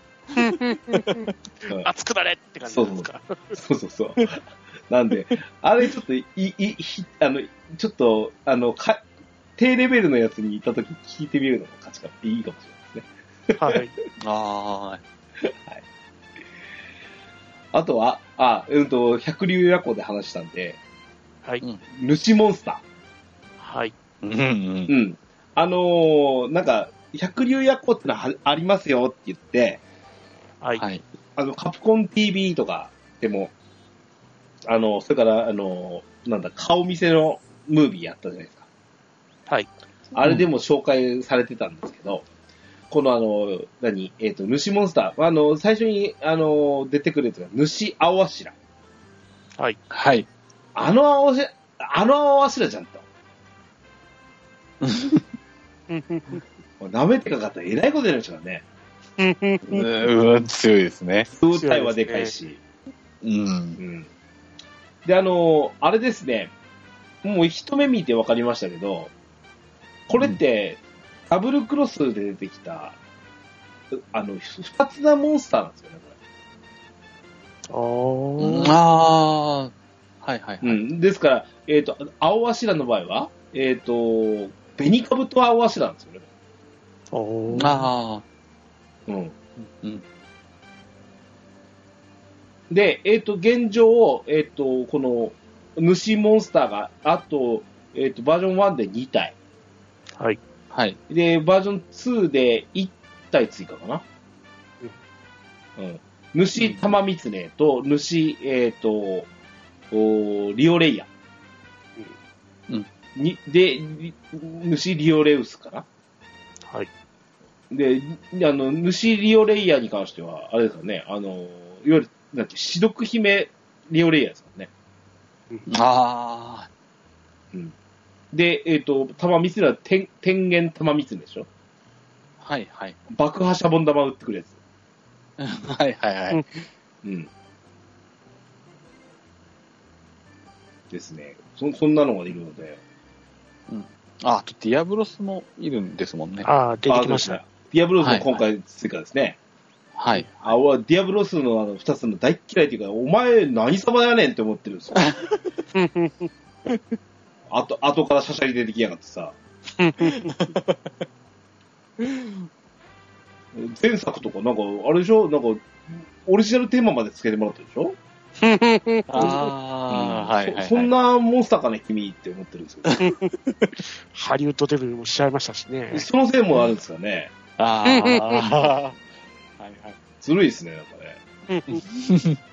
熱くなれって感じですか。 そう。なんで、あれちょっと、ちょっと、低レベルのやつにいたとき聞いてみるのも価値がいいかもしれないですね。 はい。 はい。あとは、百竜夜行で話したんで、 はい。 主モンスター。 はい。 なんか、百竜夜行ってのはありますよって言って、 はい。 カプコン TV とかでも、それから、顔見せのムービーやったじゃないですか。 はい。 あれでも紹介されてたんですけど、この主モンスター、最初に、出てくるやつが、主青柱。 はい。 はい。 青柱じゃんと。舐めてかかったらえらいことになりましたからね。 強いですね。 胴体はでかいし。で、あれですね、もう一目見て分かりましたけど、これって、ダブルクロスで出てきた、二つなモンスターなんですよね、 これ。はい。 ですから、青柱の場合は、紅株と青柱なんですよね。で、現状、この、主モンスターが、あと、バージョン1で2体。 はい。 で、バージョン2で1体追加かな。主玉狐と、主、リオレイヤ。で、主リオレウスかな。 はい。 で、主リオレイヤーに関しては、あれですよね、いわゆる、死毒姫リオレイヤーですからね。で、玉光は天元玉光でしょ。爆破シャボン玉撃ってくるやつ。ですね。そんなのがいるので。 あとディアブロスもいるんですもんね。 出てきました。 ディアブロスも今回追加ですね。 はい。 ディアブロスの二つの大嫌いっていうか、お前何様やねんって思ってるんですよ。後からシャシャリ出てきやがってさ。前作とかなんか、あれでしょなんか、オリジナルテーマまでつけてもらってるでしょそんなモンスターかね、君って思ってるんですよ。 ハリウッドデビューもしちゃいましたしね。 そのせいもあるんですかね。ずるいですね、なんかね。ですね。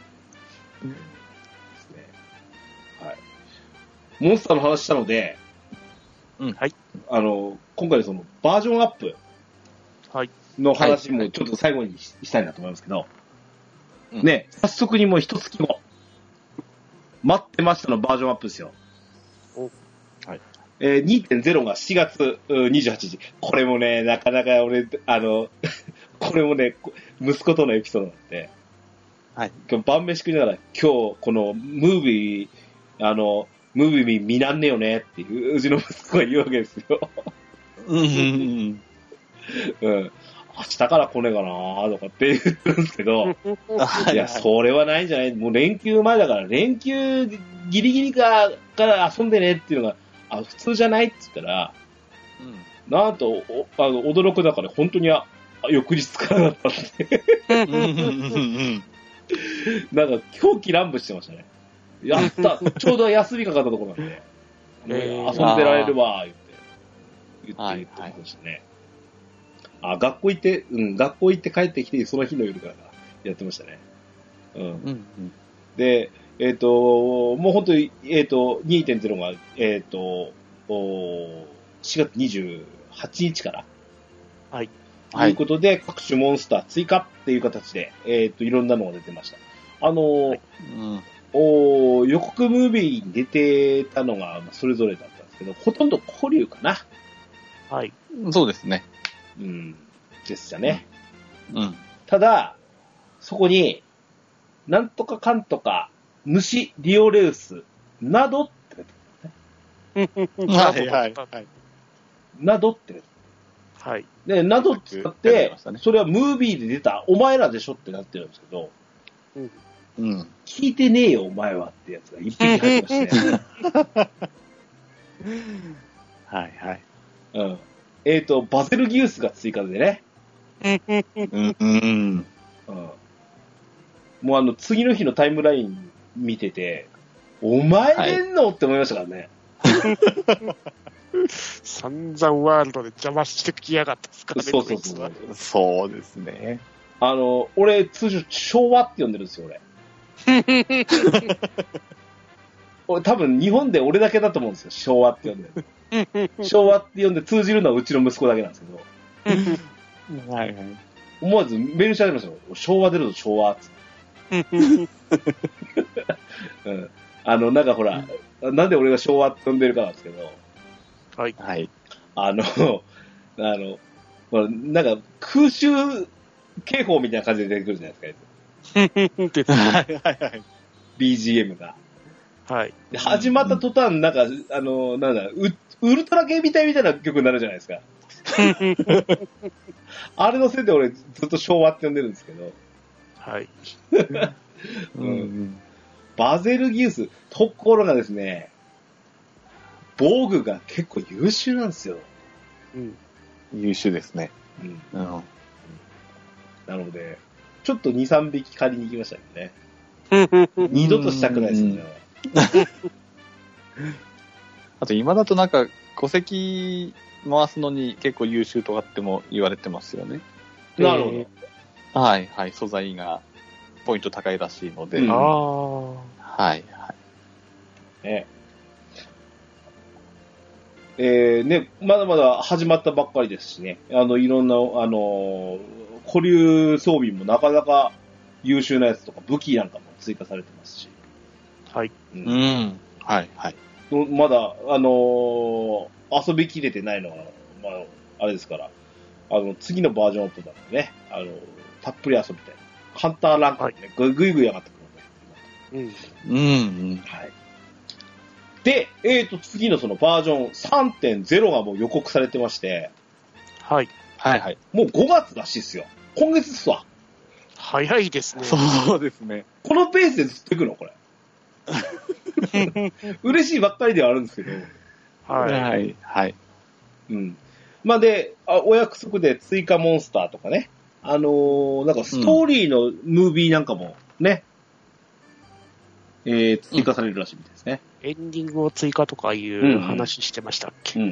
はい。モンスターの話したので、 はい。 今回そのバージョンアップの話もちょっと最後にしたいなと思いますけど、 ね、早速にもう一月後、待ってましたのバージョンアップですよ。 はい。 2.0 が7月28日。これもね、なかなか俺、これもね、息子とのエピソードがあって、 はい。 今日晩飯食いながら、今日、このムービー見なんねよねっていう、うちの息子が言うわけですよ。 うん。 明日から来ねえかなーとかって言ってるんですけど、いや、それはないんじゃない？もう連休前だから、連休ギリギリから遊んでねっていうのが、普通じゃないって言ったら、なんと、驚くだから、本当に翌日からだったんで。なんか、狂気乱舞してましたね。やった、ちょうど休みかかったところなんで、遊んでられるわ、言ってましたね。学校行って帰ってきて、その日の夜からやってましたね。で、もう本当に、2.0 が、4月28日から。 はい。 ということで、各種モンスター追加っていう形で、いろんなのが出てました。予告ムービーに出てたのが、それぞれだったんですけど、ほとんど古竜かな。 はい。 そうですね。 でしたね。ただ、そこに、なんとかかんとか、虫、リオレウス、などって書いてあるね。 はい。 などって書いてある。 はい。 で、などって言って、それはムービーで出たお前らでしょってなってるんですけど、聞いてねえよ、お前はってやつが一匹入ってまして。 はい。 バゼルギウスが追加でね。もう次の日のタイムライン見てて、お前出んの、って思いましたからね。 散々ワールドで邪魔してきやがったっすからね。 そうですね。 俺、通称、昭和って呼んでるんですよ、俺。俺多分日本で俺だけだと思うんですよ、昭和って呼んでる。昭和って呼んで通じるのはうちの息子だけなんですけど。思わずメールしちゃいましたよ。昭和出るぞ、昭和っつって。なんかほら、なんで俺が昭和って呼んでるかなんですけど。 はい。 なんか空襲警報みたいな感じで出てくるじゃないですか。BGM が。 はい。 で始まった途端、なんか、ウルトラ警備隊みたいな曲になるじゃないですか。あれのせいで俺ずっと昭和って呼んでるんですけど。 はい。 バゼルギウス、ところがですね、防具が結構優秀なんですよ。 優秀ですね。 なので、ちょっと2、3匹借りに行きましたけどね。二度としたくないですよね。 あと今だとなんか戸籍回すのに結構優秀とかっても言われてますよね。 なるほど。 素材がポイント高いらしいので。 まだまだ始まったばっかりですしね。いろんな、古竜装備もなかなか優秀なやつとか武器なんかも追加されてますし。まだ、遊びきれてないのは、あれですから、次のバージョンアップだとね、たっぷり遊びたい。ハンターランクでね、ぐいぐい上がってくるので。で、次のそのバージョン 3.0 がもう予告されてまして、もう5月らしいですよ。今月ですわ。 早いですね。 そうですね。 このペースでずっといくのこれ。嬉しいばっかりではあるんですけど。で、お約束で追加モンスターとかね。なんかストーリーのムービーなんかもね、追加されるらしいみたいですね。 エンディングを追加とかいう話してましたっけ？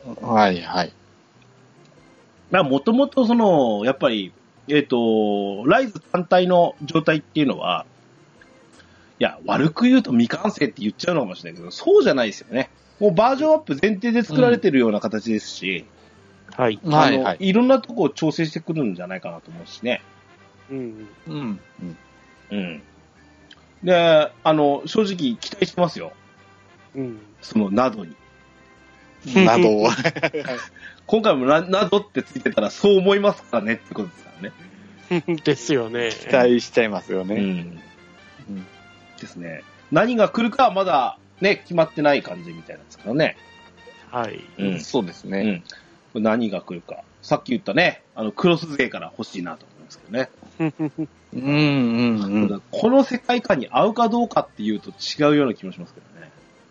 もともとやっぱり、ライズ単体の状態っていうのは、いや、悪く言うと未完成って言っちゃうのかもしれないけど、そうじゃないですよね。もうバージョンアップ前提で作られてるような形ですし、いろんなとこを調整してくるんじゃないかなと思うしね。 うん。で、正直期待してますよ。 うん。 その、などに。 などを。 今回もなどってついてたらそう思いますからねってことですからね。 ですよね。 期待しちゃいますよね。 うん。ですね。何が来るかはまだね、決まってない感じみたいなんですからね。 はい。 うん。そうですね。 うん。何が来るか。さっき言ったね、クロス勢から欲しいなと思いますけどね。この世界観に合うかどうかっていうと違うような気もしますけどね。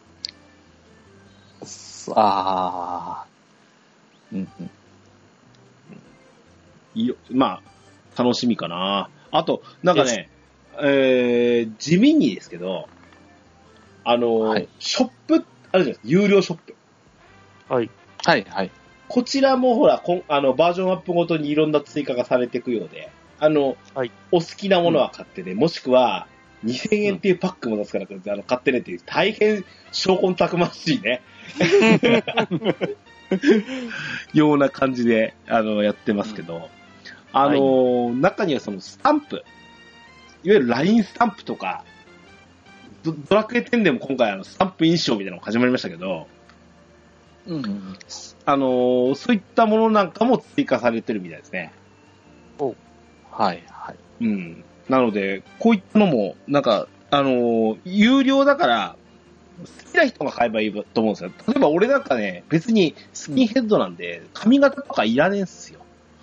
まあ、楽しみかな。あと、なんかね、地味にですけど、はい、ショップ、あるじゃないですか、有料ショップ。 はい。 はい、はい。 こちらもほら、バージョンアップごとにいろんな追加がされていくようで、はい、お好きなものは買ってね、もしくは、2000円っていうパックも出すから、買ってねっていう、大変、証拠たくましいね。ような感じで、やってますけど、はい、中にはそのスタンプ、いわゆる LINE スタンプとか、ドラクエ10でも今回スタンプ印象みたいなのが始まりましたけど、そういったものなんかも追加されてるみたいですね。 はい、はい。 うん。なので、こういったのも、なんか、有料だから、好きな人が買えばいいと思うんですよ。例えば俺なんかね、別にスキンヘッドなんで、髪型とかいらねえんすよ。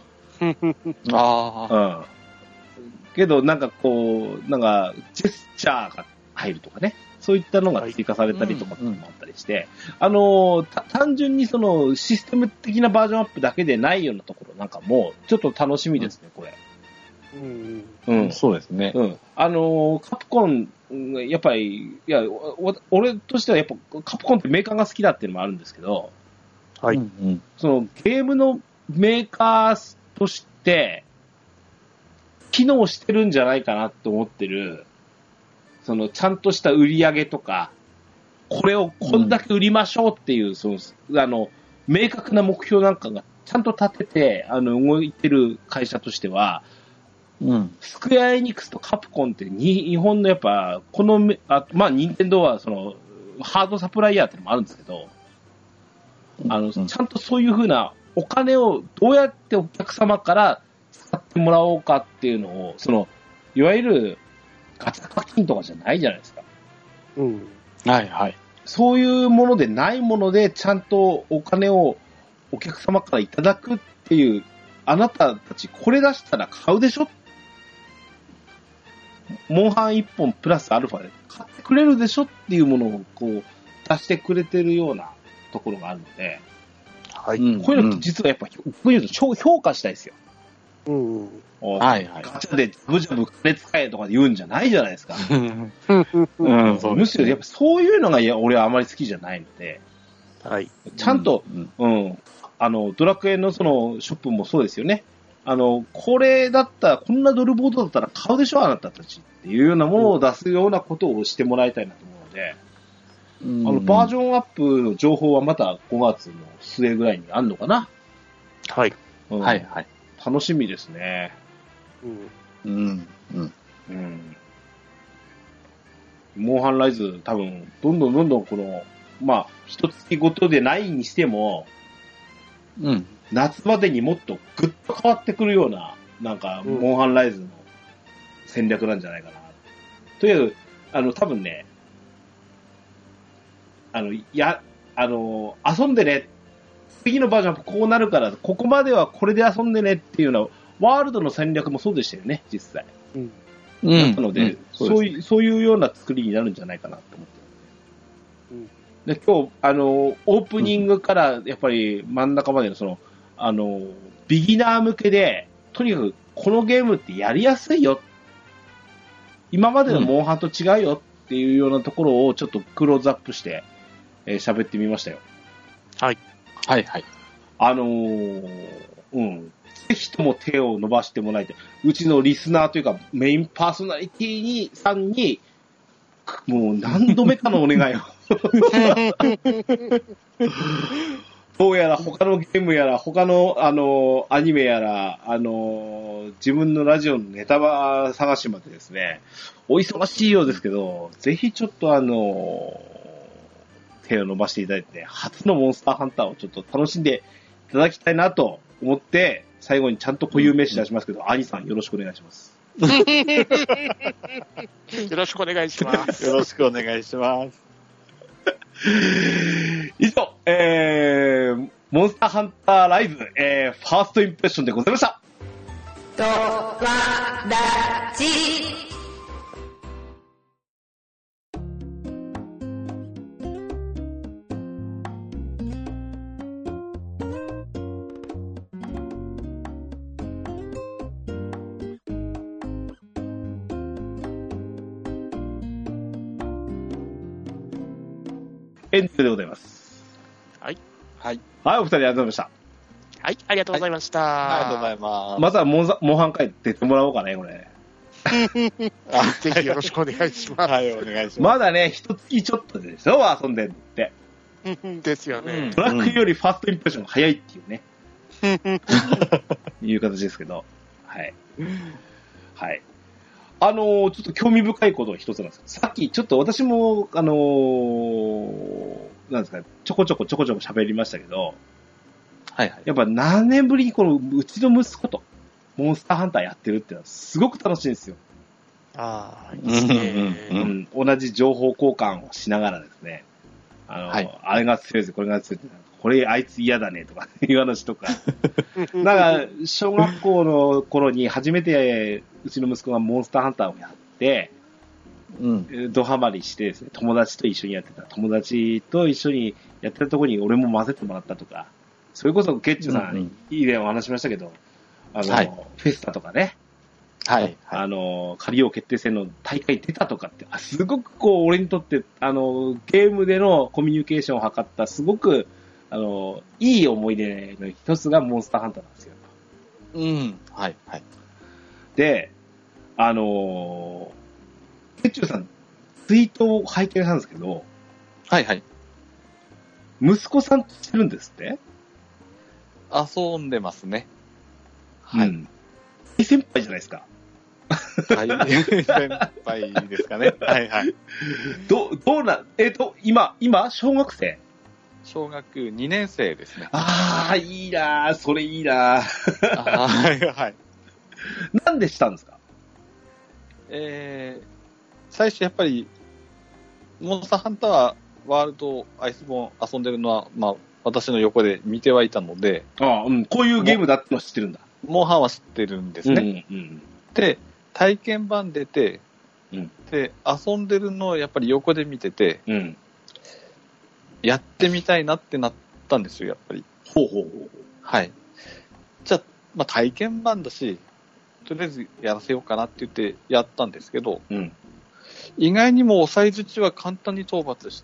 けど、なんかこう、なんか、ジェスチャーが入るとかね。そういったのが追加されたりとかもあったりして、単純にそのシステム的なバージョンアップだけでないようなところなんかも、ちょっと楽しみですね、これ。 そうですね。 カプコン、やっぱり、いや、俺としてはやっぱカプコンってメーカーが好きだっていうのもあるんですけど、 はい。 そのゲームのメーカーとして、機能してるんじゃないかなと思ってる、そのちゃんとした売り上げとか、これをこんだけ売りましょうっていう、その、明確な目標なんかがちゃんと立てて、動いてる会社としては、スクエアエニックスとカプコンって日本のやっぱ、まあ、任天堂はその、ハードサプライヤーってのもあるんですけど、ちゃんとそういうふうなお金をどうやってお客様から使ってもらおうかっていうのを、いわゆるガチャ課金とかじゃないじゃないですか。 はいはい。 そういうものでないもので、ちゃんとお金をお客様からいただくっていう、あなたたちこれ出したら買うでしょ？モンハン1本プラスアルファで買ってくれるでしょっていうものをこう出してくれてるようなところがあるので、はい。こういうの実はやっぱ、こういうの超評価したいですよ。 はいはい。 ガチャでジャブジャブ金使えとか言うんじゃないじゃないですか。むしろやっぱそういうのが俺はあまり好きじゃないので、はい。ちゃんと、ドラクエのそのショップもそうですよね。これだったら、こんなドルボードだったら買うでしょ、あなたたちっていうようなものを出すようなことをしてもらいたいなと思うので、バージョンアップの情報はまた5月の末ぐらいにあるのかな。 はい。 はいはい。 楽しみですね。モンハンライズ多分、どんどんこの、まあ、一月ごとでないにしても、夏までにもっとぐっと変わってくるような、なんか、モンハンライズの戦略なんじゃないかな。とりあえず、多分ね、遊んでね、次のバージョンこうなるから、ここまではこれで遊んでねっていうのは、ワールドの戦略もそうでしたよね、実際。なので、そういうような作りになるんじゃないかなと思って。で、今日、オープニングからやっぱり真ん中までのビギナー向けで、とにかくこのゲームってやりやすいよ。今までのモンハンと違うよっていうようなところをちょっとクローズアップして喋ってみましたよ。 はい。 はいはい。 ぜひとも手を伸ばしてもらいたい。うちのリスナーというかメインパーソナリティさんに、もう何度目かのお願いを。 どうやら他のゲームやら、他の、アニメやら、自分のラジオのネタバ探しまでですね、お忙しいようですけど、ぜひちょっと手を伸ばしていただいて、初のモンスターハンターをちょっと楽しんでいただきたいなと思って、最後にちゃんと固有名詞出しますけど、兄さんよろしくお願いします。 よろしくお願いします。 よろしくお願いします。 以上、モンスターハンターライズ、ファーストインプレッションでございました。 とわらじ。 エンディングでございます。 はい。 はい。 はい、お二人ありがとうございました。 はい、ありがとうございました。 ありがとうございます。 まずはモンハン会出てもらおうかね、これ。 ぜひよろしくお願いします。 はい、お願いします。 まだね、一月ちょっとでしょ、遊んでって。 ですよね。 トラックよりファーストインプレッションが早いっていうね。いう形ですけど。はい。はい。ちょっと興味深いことが一つなんですけど、さっきちょっと私も、なんですか、ちょこちょこ喋りましたけど、 はいはい。 やっぱ何年ぶりにこのうちの息子とモンスターハンターやってるっていうのはすごく楽しいんですよ。 ああ、いいですね。 同じ情報交換をしながらですね、はい、あれが強いぜ、これが強いぜ、これあいつ嫌だねとかいう話とか、なんか小学校の頃に初めてうちの息子がモンスターハンターをやって、ドハマりしてですね、友達と一緒にやってた、友達と一緒にやってたところに俺も混ぜてもらったとか、それこそケッチュさんに以前お話しましたけど、はい、フェスタとかね、はい。カリオ決定戦の大会出たとかって、すごくこう、俺にとって、ゲームでのコミュニケーションを図った、すごく、いい思い出の一つがモンスターハンターなんですよ。 はい、はい。 で、ケッチュさん、ツイートを拝見したんですけど、 はい、はい。 息子さんとしてるんですって？ 遊んでますね。はい。 大先輩じゃないですか。 大先輩ですかね。はいはい。 どうな、今、小学生？ 小学2年生ですね。 ああ、いいなー、それいいなー。 はいはい。 なんでしたんですか？ 最初やっぱり、モンスターハンターはワールドアイスボーン遊んでるのは、まあ、私の横で見てはいたので、 こういうゲームだってのは知ってるんだ。 モンハンは知ってるんですね。で、体験版出て、で、遊んでるのをやっぱり横で見てて、やってみたいなってなったんですよ、やっぱり。はい。じゃあ、まあ体験版だし、とりあえずやらせようかなって言ってやったんですけど、意外にも抑え槌は簡単に討伐して、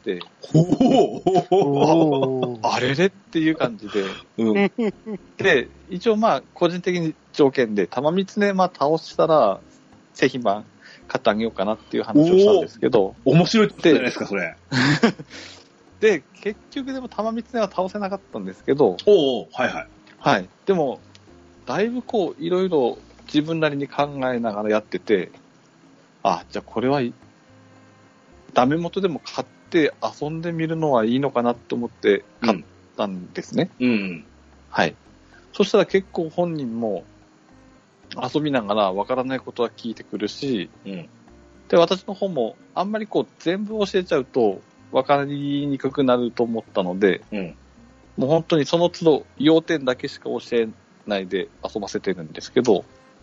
あれれっていう感じで、で、一応まあ個人的に条件で、玉三つね倒したら、製品版買ってあげようかなっていう話をしたんですけど、 面白いってじゃないですか、それ。 で、結局でも玉三つねは倒せなかったんですけど、 はいはい。 はい。でも、だいぶこう、いろいろ自分なりに考えながらやってて、あ、じゃあこれはダメ元でも買って遊んでみるのはいいのかなと思って買ったんですね。はい。そしたら結構本人も遊びながらわからないことは聞いてくるし、で、私の方もあんまりこう全部教えちゃうとわかりにくくなると思ったので、もう本当にその都度要点だけしか教えないで遊ばせてるんですけど、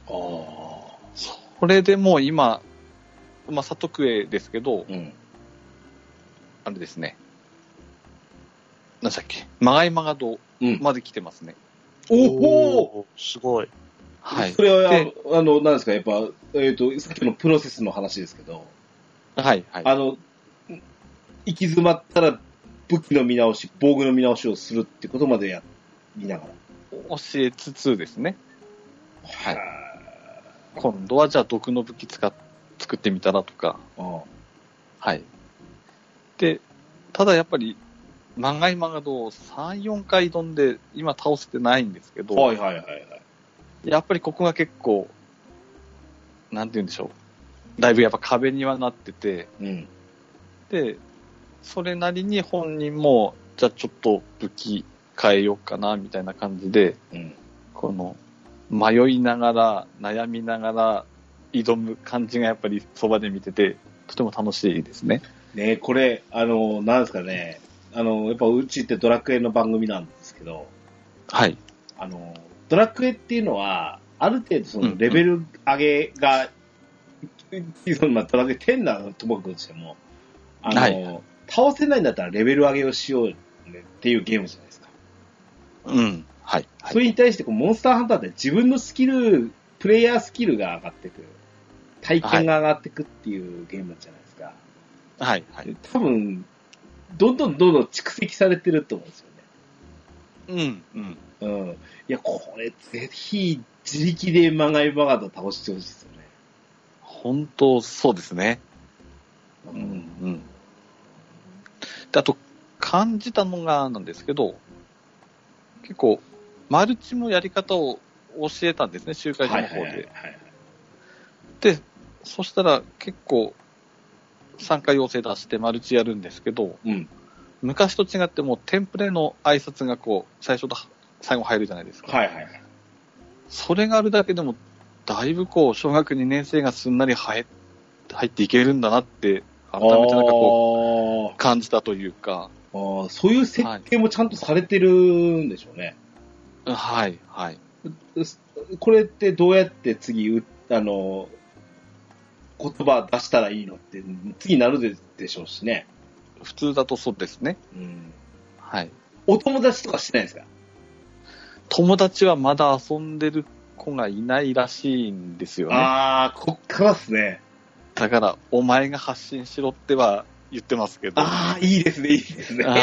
それでもう今、まあ、里クエですけど、あれですね。何でしたっけ？マガイマガドまで来てますね。 すごい。 はい。それは、何ですか、やっぱ、さっきのプロセスの話ですけど、 はいはい。 行き詰まったら武器の見直し、防具の見直しをするってことまでやりながら。 教えつつですね。はい。今度はじゃあ毒の武器作ってみたらとか。はい。で、ただやっぱり漫画今がどう3、4回挑んで、今倒せてないんですけど、 はいはいはいはい。 やっぱりここが結構、なんて言うんでしょう。だいぶやっぱ壁にはなってて、 うん、 で、それなりに本人も、じゃあちょっと武器変えようかな、みたいな感じで、 うん、 この、迷いながら、悩みながら、挑む感じがやっぱりそばで見てて、とても楽しいですね。 ね、これ、なんですかね、やっぱうちってドラクエの番組なんですけど、 はい。 ドラクエっていうのは、ある程度そのレベル上げが、まあ、ドラクエ10なのともかくとしても、はい、倒せないんだったらレベル上げをしよう、ね、っていうゲームじゃないですか。 うん。はい。 それに対してモンスターハンターって自分のスキル、プレイヤースキルが上がってくる。体験が上がってくっていうゲームじゃないですか。 はい。はい。 多分、どんどん蓄積されてると思うんですよね。 うん。 うん。いや、これ、ぜひ、自力でマガイバガード倒してほしいですよね。 本当、そうですね。うん。で、あと、感じたのがなんですけど、結構、マルチもやり方を教えたんですね、集会所の方で。で、そしたら結構、参加要請出してマルチやるんですけど、 うん、 昔と違ってもうテンプレの挨拶がこう、最初と最後入るじゃないですか。 はいはい。 それがあるだけでも、だいぶこう、小学2年生がすんなり入っていけるんだなって、改めてなんかこう、感じたというか。 そういう設計もちゃんとされてるんでしょうね。 はい、はい。 これってどうやって次、言葉出したらいいのって次なるでしょうしね。 普通だとそうですね。 うん。 はい。 お友達とかしてないですか？ 友達はまだ遊んでる子がいないらしいんですよね。 ああ、こっからっすね。 だから、お前が発信しろっては言ってますけど。 ああ、いいですね、いいですね。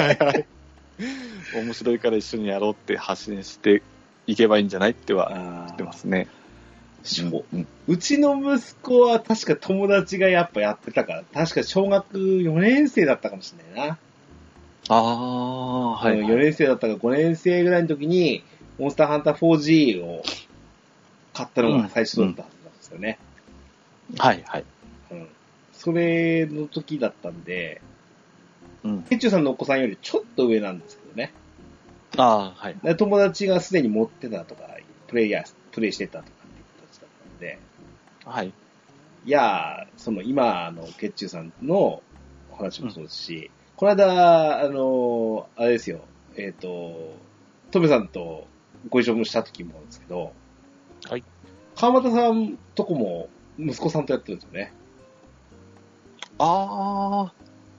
面白いから一緒にやろうって発信していけばいいんじゃないっては言ってますね。 うちの息子は確か友達がやっぱやってたから、確か小学4年生だったかもしれないな。 ああ、はい、はい。 4年生だったか5年生ぐらいの時に、モンスターハンター 4G を買ったのが最初だったはずなんですよね。 はい、はい。 それの時だったんで、ケッチュさんのお子さんよりちょっと上なんですけどね。 ああ、はい。 友達がすでに持ってたとか、プレイしてたとかっていう形だったんで、 はい。 いやー、今のケッチュさんのお話もそうですし、この間、あれですよ、トメさんとご一緒もした時もですけど、 はい。 川又さんとこも息子さんとやってるんですよね。 あ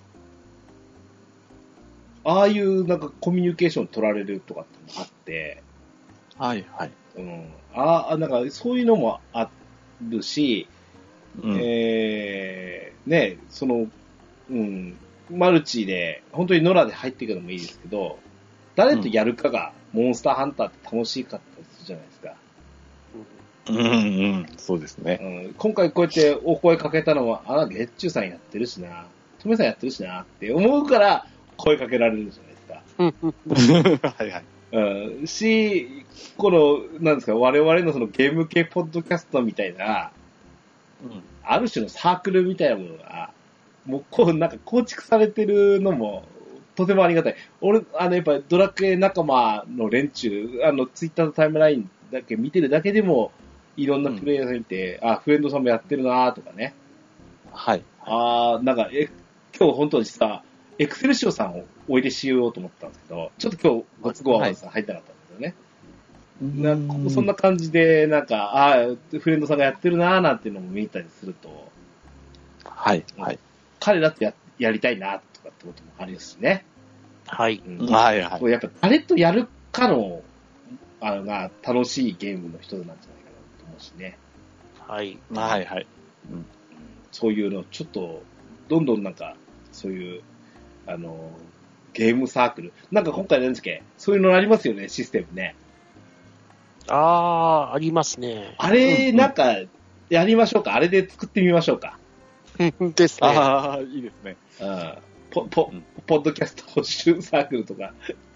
あいうなんかコミュニケーション取られるとかってのがあって、 はいはい。 なんかそういうのもあるし、ね、マルチで、本当に野良で入っていくのもいいですけど、誰とやるかがモンスターハンターって楽しかったりするじゃないですか。 そうですね。 今回こうやってお声かけたのは、ゲッチュさんやってるしな、トメさんやってるしなって思うから声かけられるじゃないですか。 はいはい。 なんですか、我々のそのゲーム系ポッドキャストみたいな、ある種のサークルみたいなものが、もうなんか構築されてるのも、とてもありがたい。俺、やっぱりドラクエ仲間の連中、ツイッターのタイムラインだけ見てるだけでも、いろんなプレイヤーさんいて、フレンドさんもやってるなとかね。 はい。 なんか、今日本当にさ、エクセルシオさんをお入れしようと思ったんですけど、ちょっと今日ご都合合わず入ってなかったんですよね。そんな感じで、なんか、フレンドさんがやってるなーなんていうのも見たりすると、 はい、はい。 彼らとやりたいな、とかってこともありますしね。 はい。 はい、はい。やっぱ誰とやるかの、が楽しいゲームの一つなんじゃないかなと思うしね。 はい。 はい、はい。 そういうの、ちょっと、どんどんなんか、そういう、ゲームサークル。なんか今回なんですっけ、そういうのありますよね、システムね。 ありますね。 あれ、なんか、やりましょうか。あれで作ってみましょうか。 ですね。 いいですね。 ポッドキャスト補習サークルとか、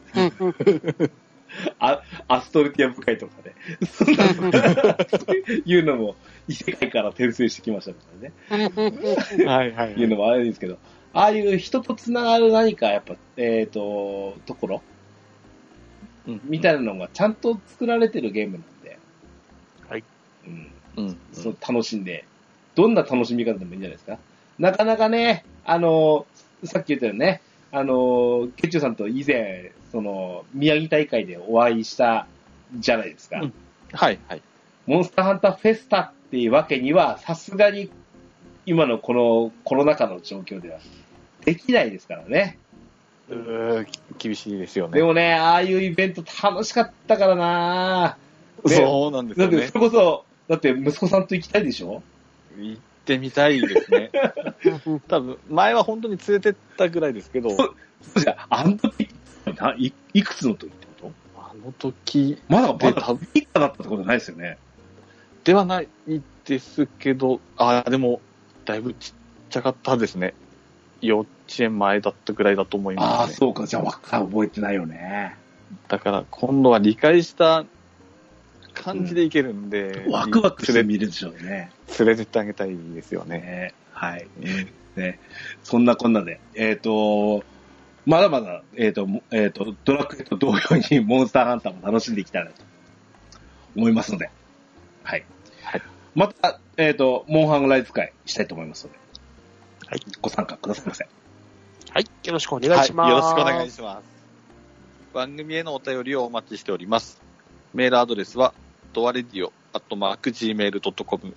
アストルティア部会とかね、そんないうのも異世界から転生してきましたからね。はいはい、いうのもあるんですけど、ああいう人とつながる何かやっぱところ、みたいなのがちゃんと作られてるゲームなんで、はい、そう楽しんで、どんな楽しみ方でもいいんじゃないですか。なかなかね、さっき言ったよね、ケチュさんと以前、宮城大会でお会いしたじゃないですか。 はいはい。 モンスターハンターフェスタっていうわけには、さすがに今のこのコロナ禍の状況ではできないですからね。 厳しいですよね。 でもね、ああいうイベント楽しかったからなぁ。 そうなんですよね。 だってそれこそ、だって息子さんと行きたいでしょ？ 行ってみたいですね。多分、前は本当に連れてったぐらいですけど。 そうじゃあ、あの時、いくつの時ってこと？ あの時、 まだビッタだったってことないですよね。 ではないですけど、でも、だいぶちっちゃかったですね。幼稚園前だったぐらいだと思いますね。 そうか。じゃあ、覚えてないよね。 だから、今度は理解した感じでいけるんで。 ワクワクして見るでしょうね。 連れてってあげたいですよね。 はい。ね。そんなこんなで、まだまだ、ドラクエと同様にモンスターハンターも楽しんでいきたいなと思いますので、はい。はい。また、モンハンライズ会したいと思いますので、はい。ご参加くださいませ。 はい。よろしくお願いします。 よろしくお願いします。番組へのお便りをお待ちしております。メールアドレスは、ドアレディオ@gmail.com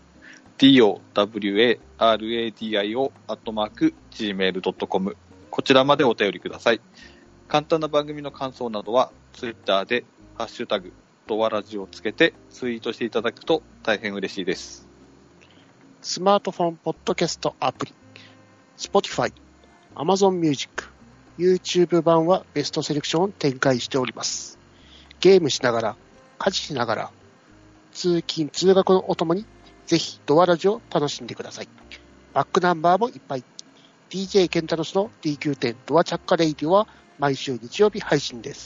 dowaradio@gmail.com こちらまでお便りください。簡単な番組の感想などは、ツイッターで、ハッシュタグ、ドアラジをつけてツイートしていただくと大変嬉しいです。 スマートフォンポッドキャストアプリ、Spotify、Amazon Music、YouTube 版はベストセレクションを展開しております。ゲームしながら、家事しながら、通勤・通学のお供に、ぜひドアラジを楽しんでください。バックナンバーもいっぱい。DJ ケンタロスの DQ10 ドアチャッカレイディオは毎週日曜日配信です。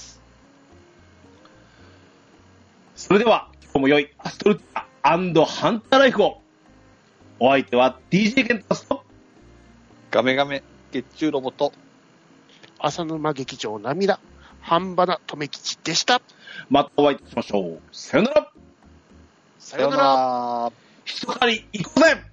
それでは、今日も良いアストルティア&ハンターライフを。お相手は DJ ケンタロスと、 ガメガメ月中ロボと、 浅沼劇場涙、半ばな留吉でした。 またお会いいたしましょう。さよなら。 さよなら。 ひとかり行こうぜ。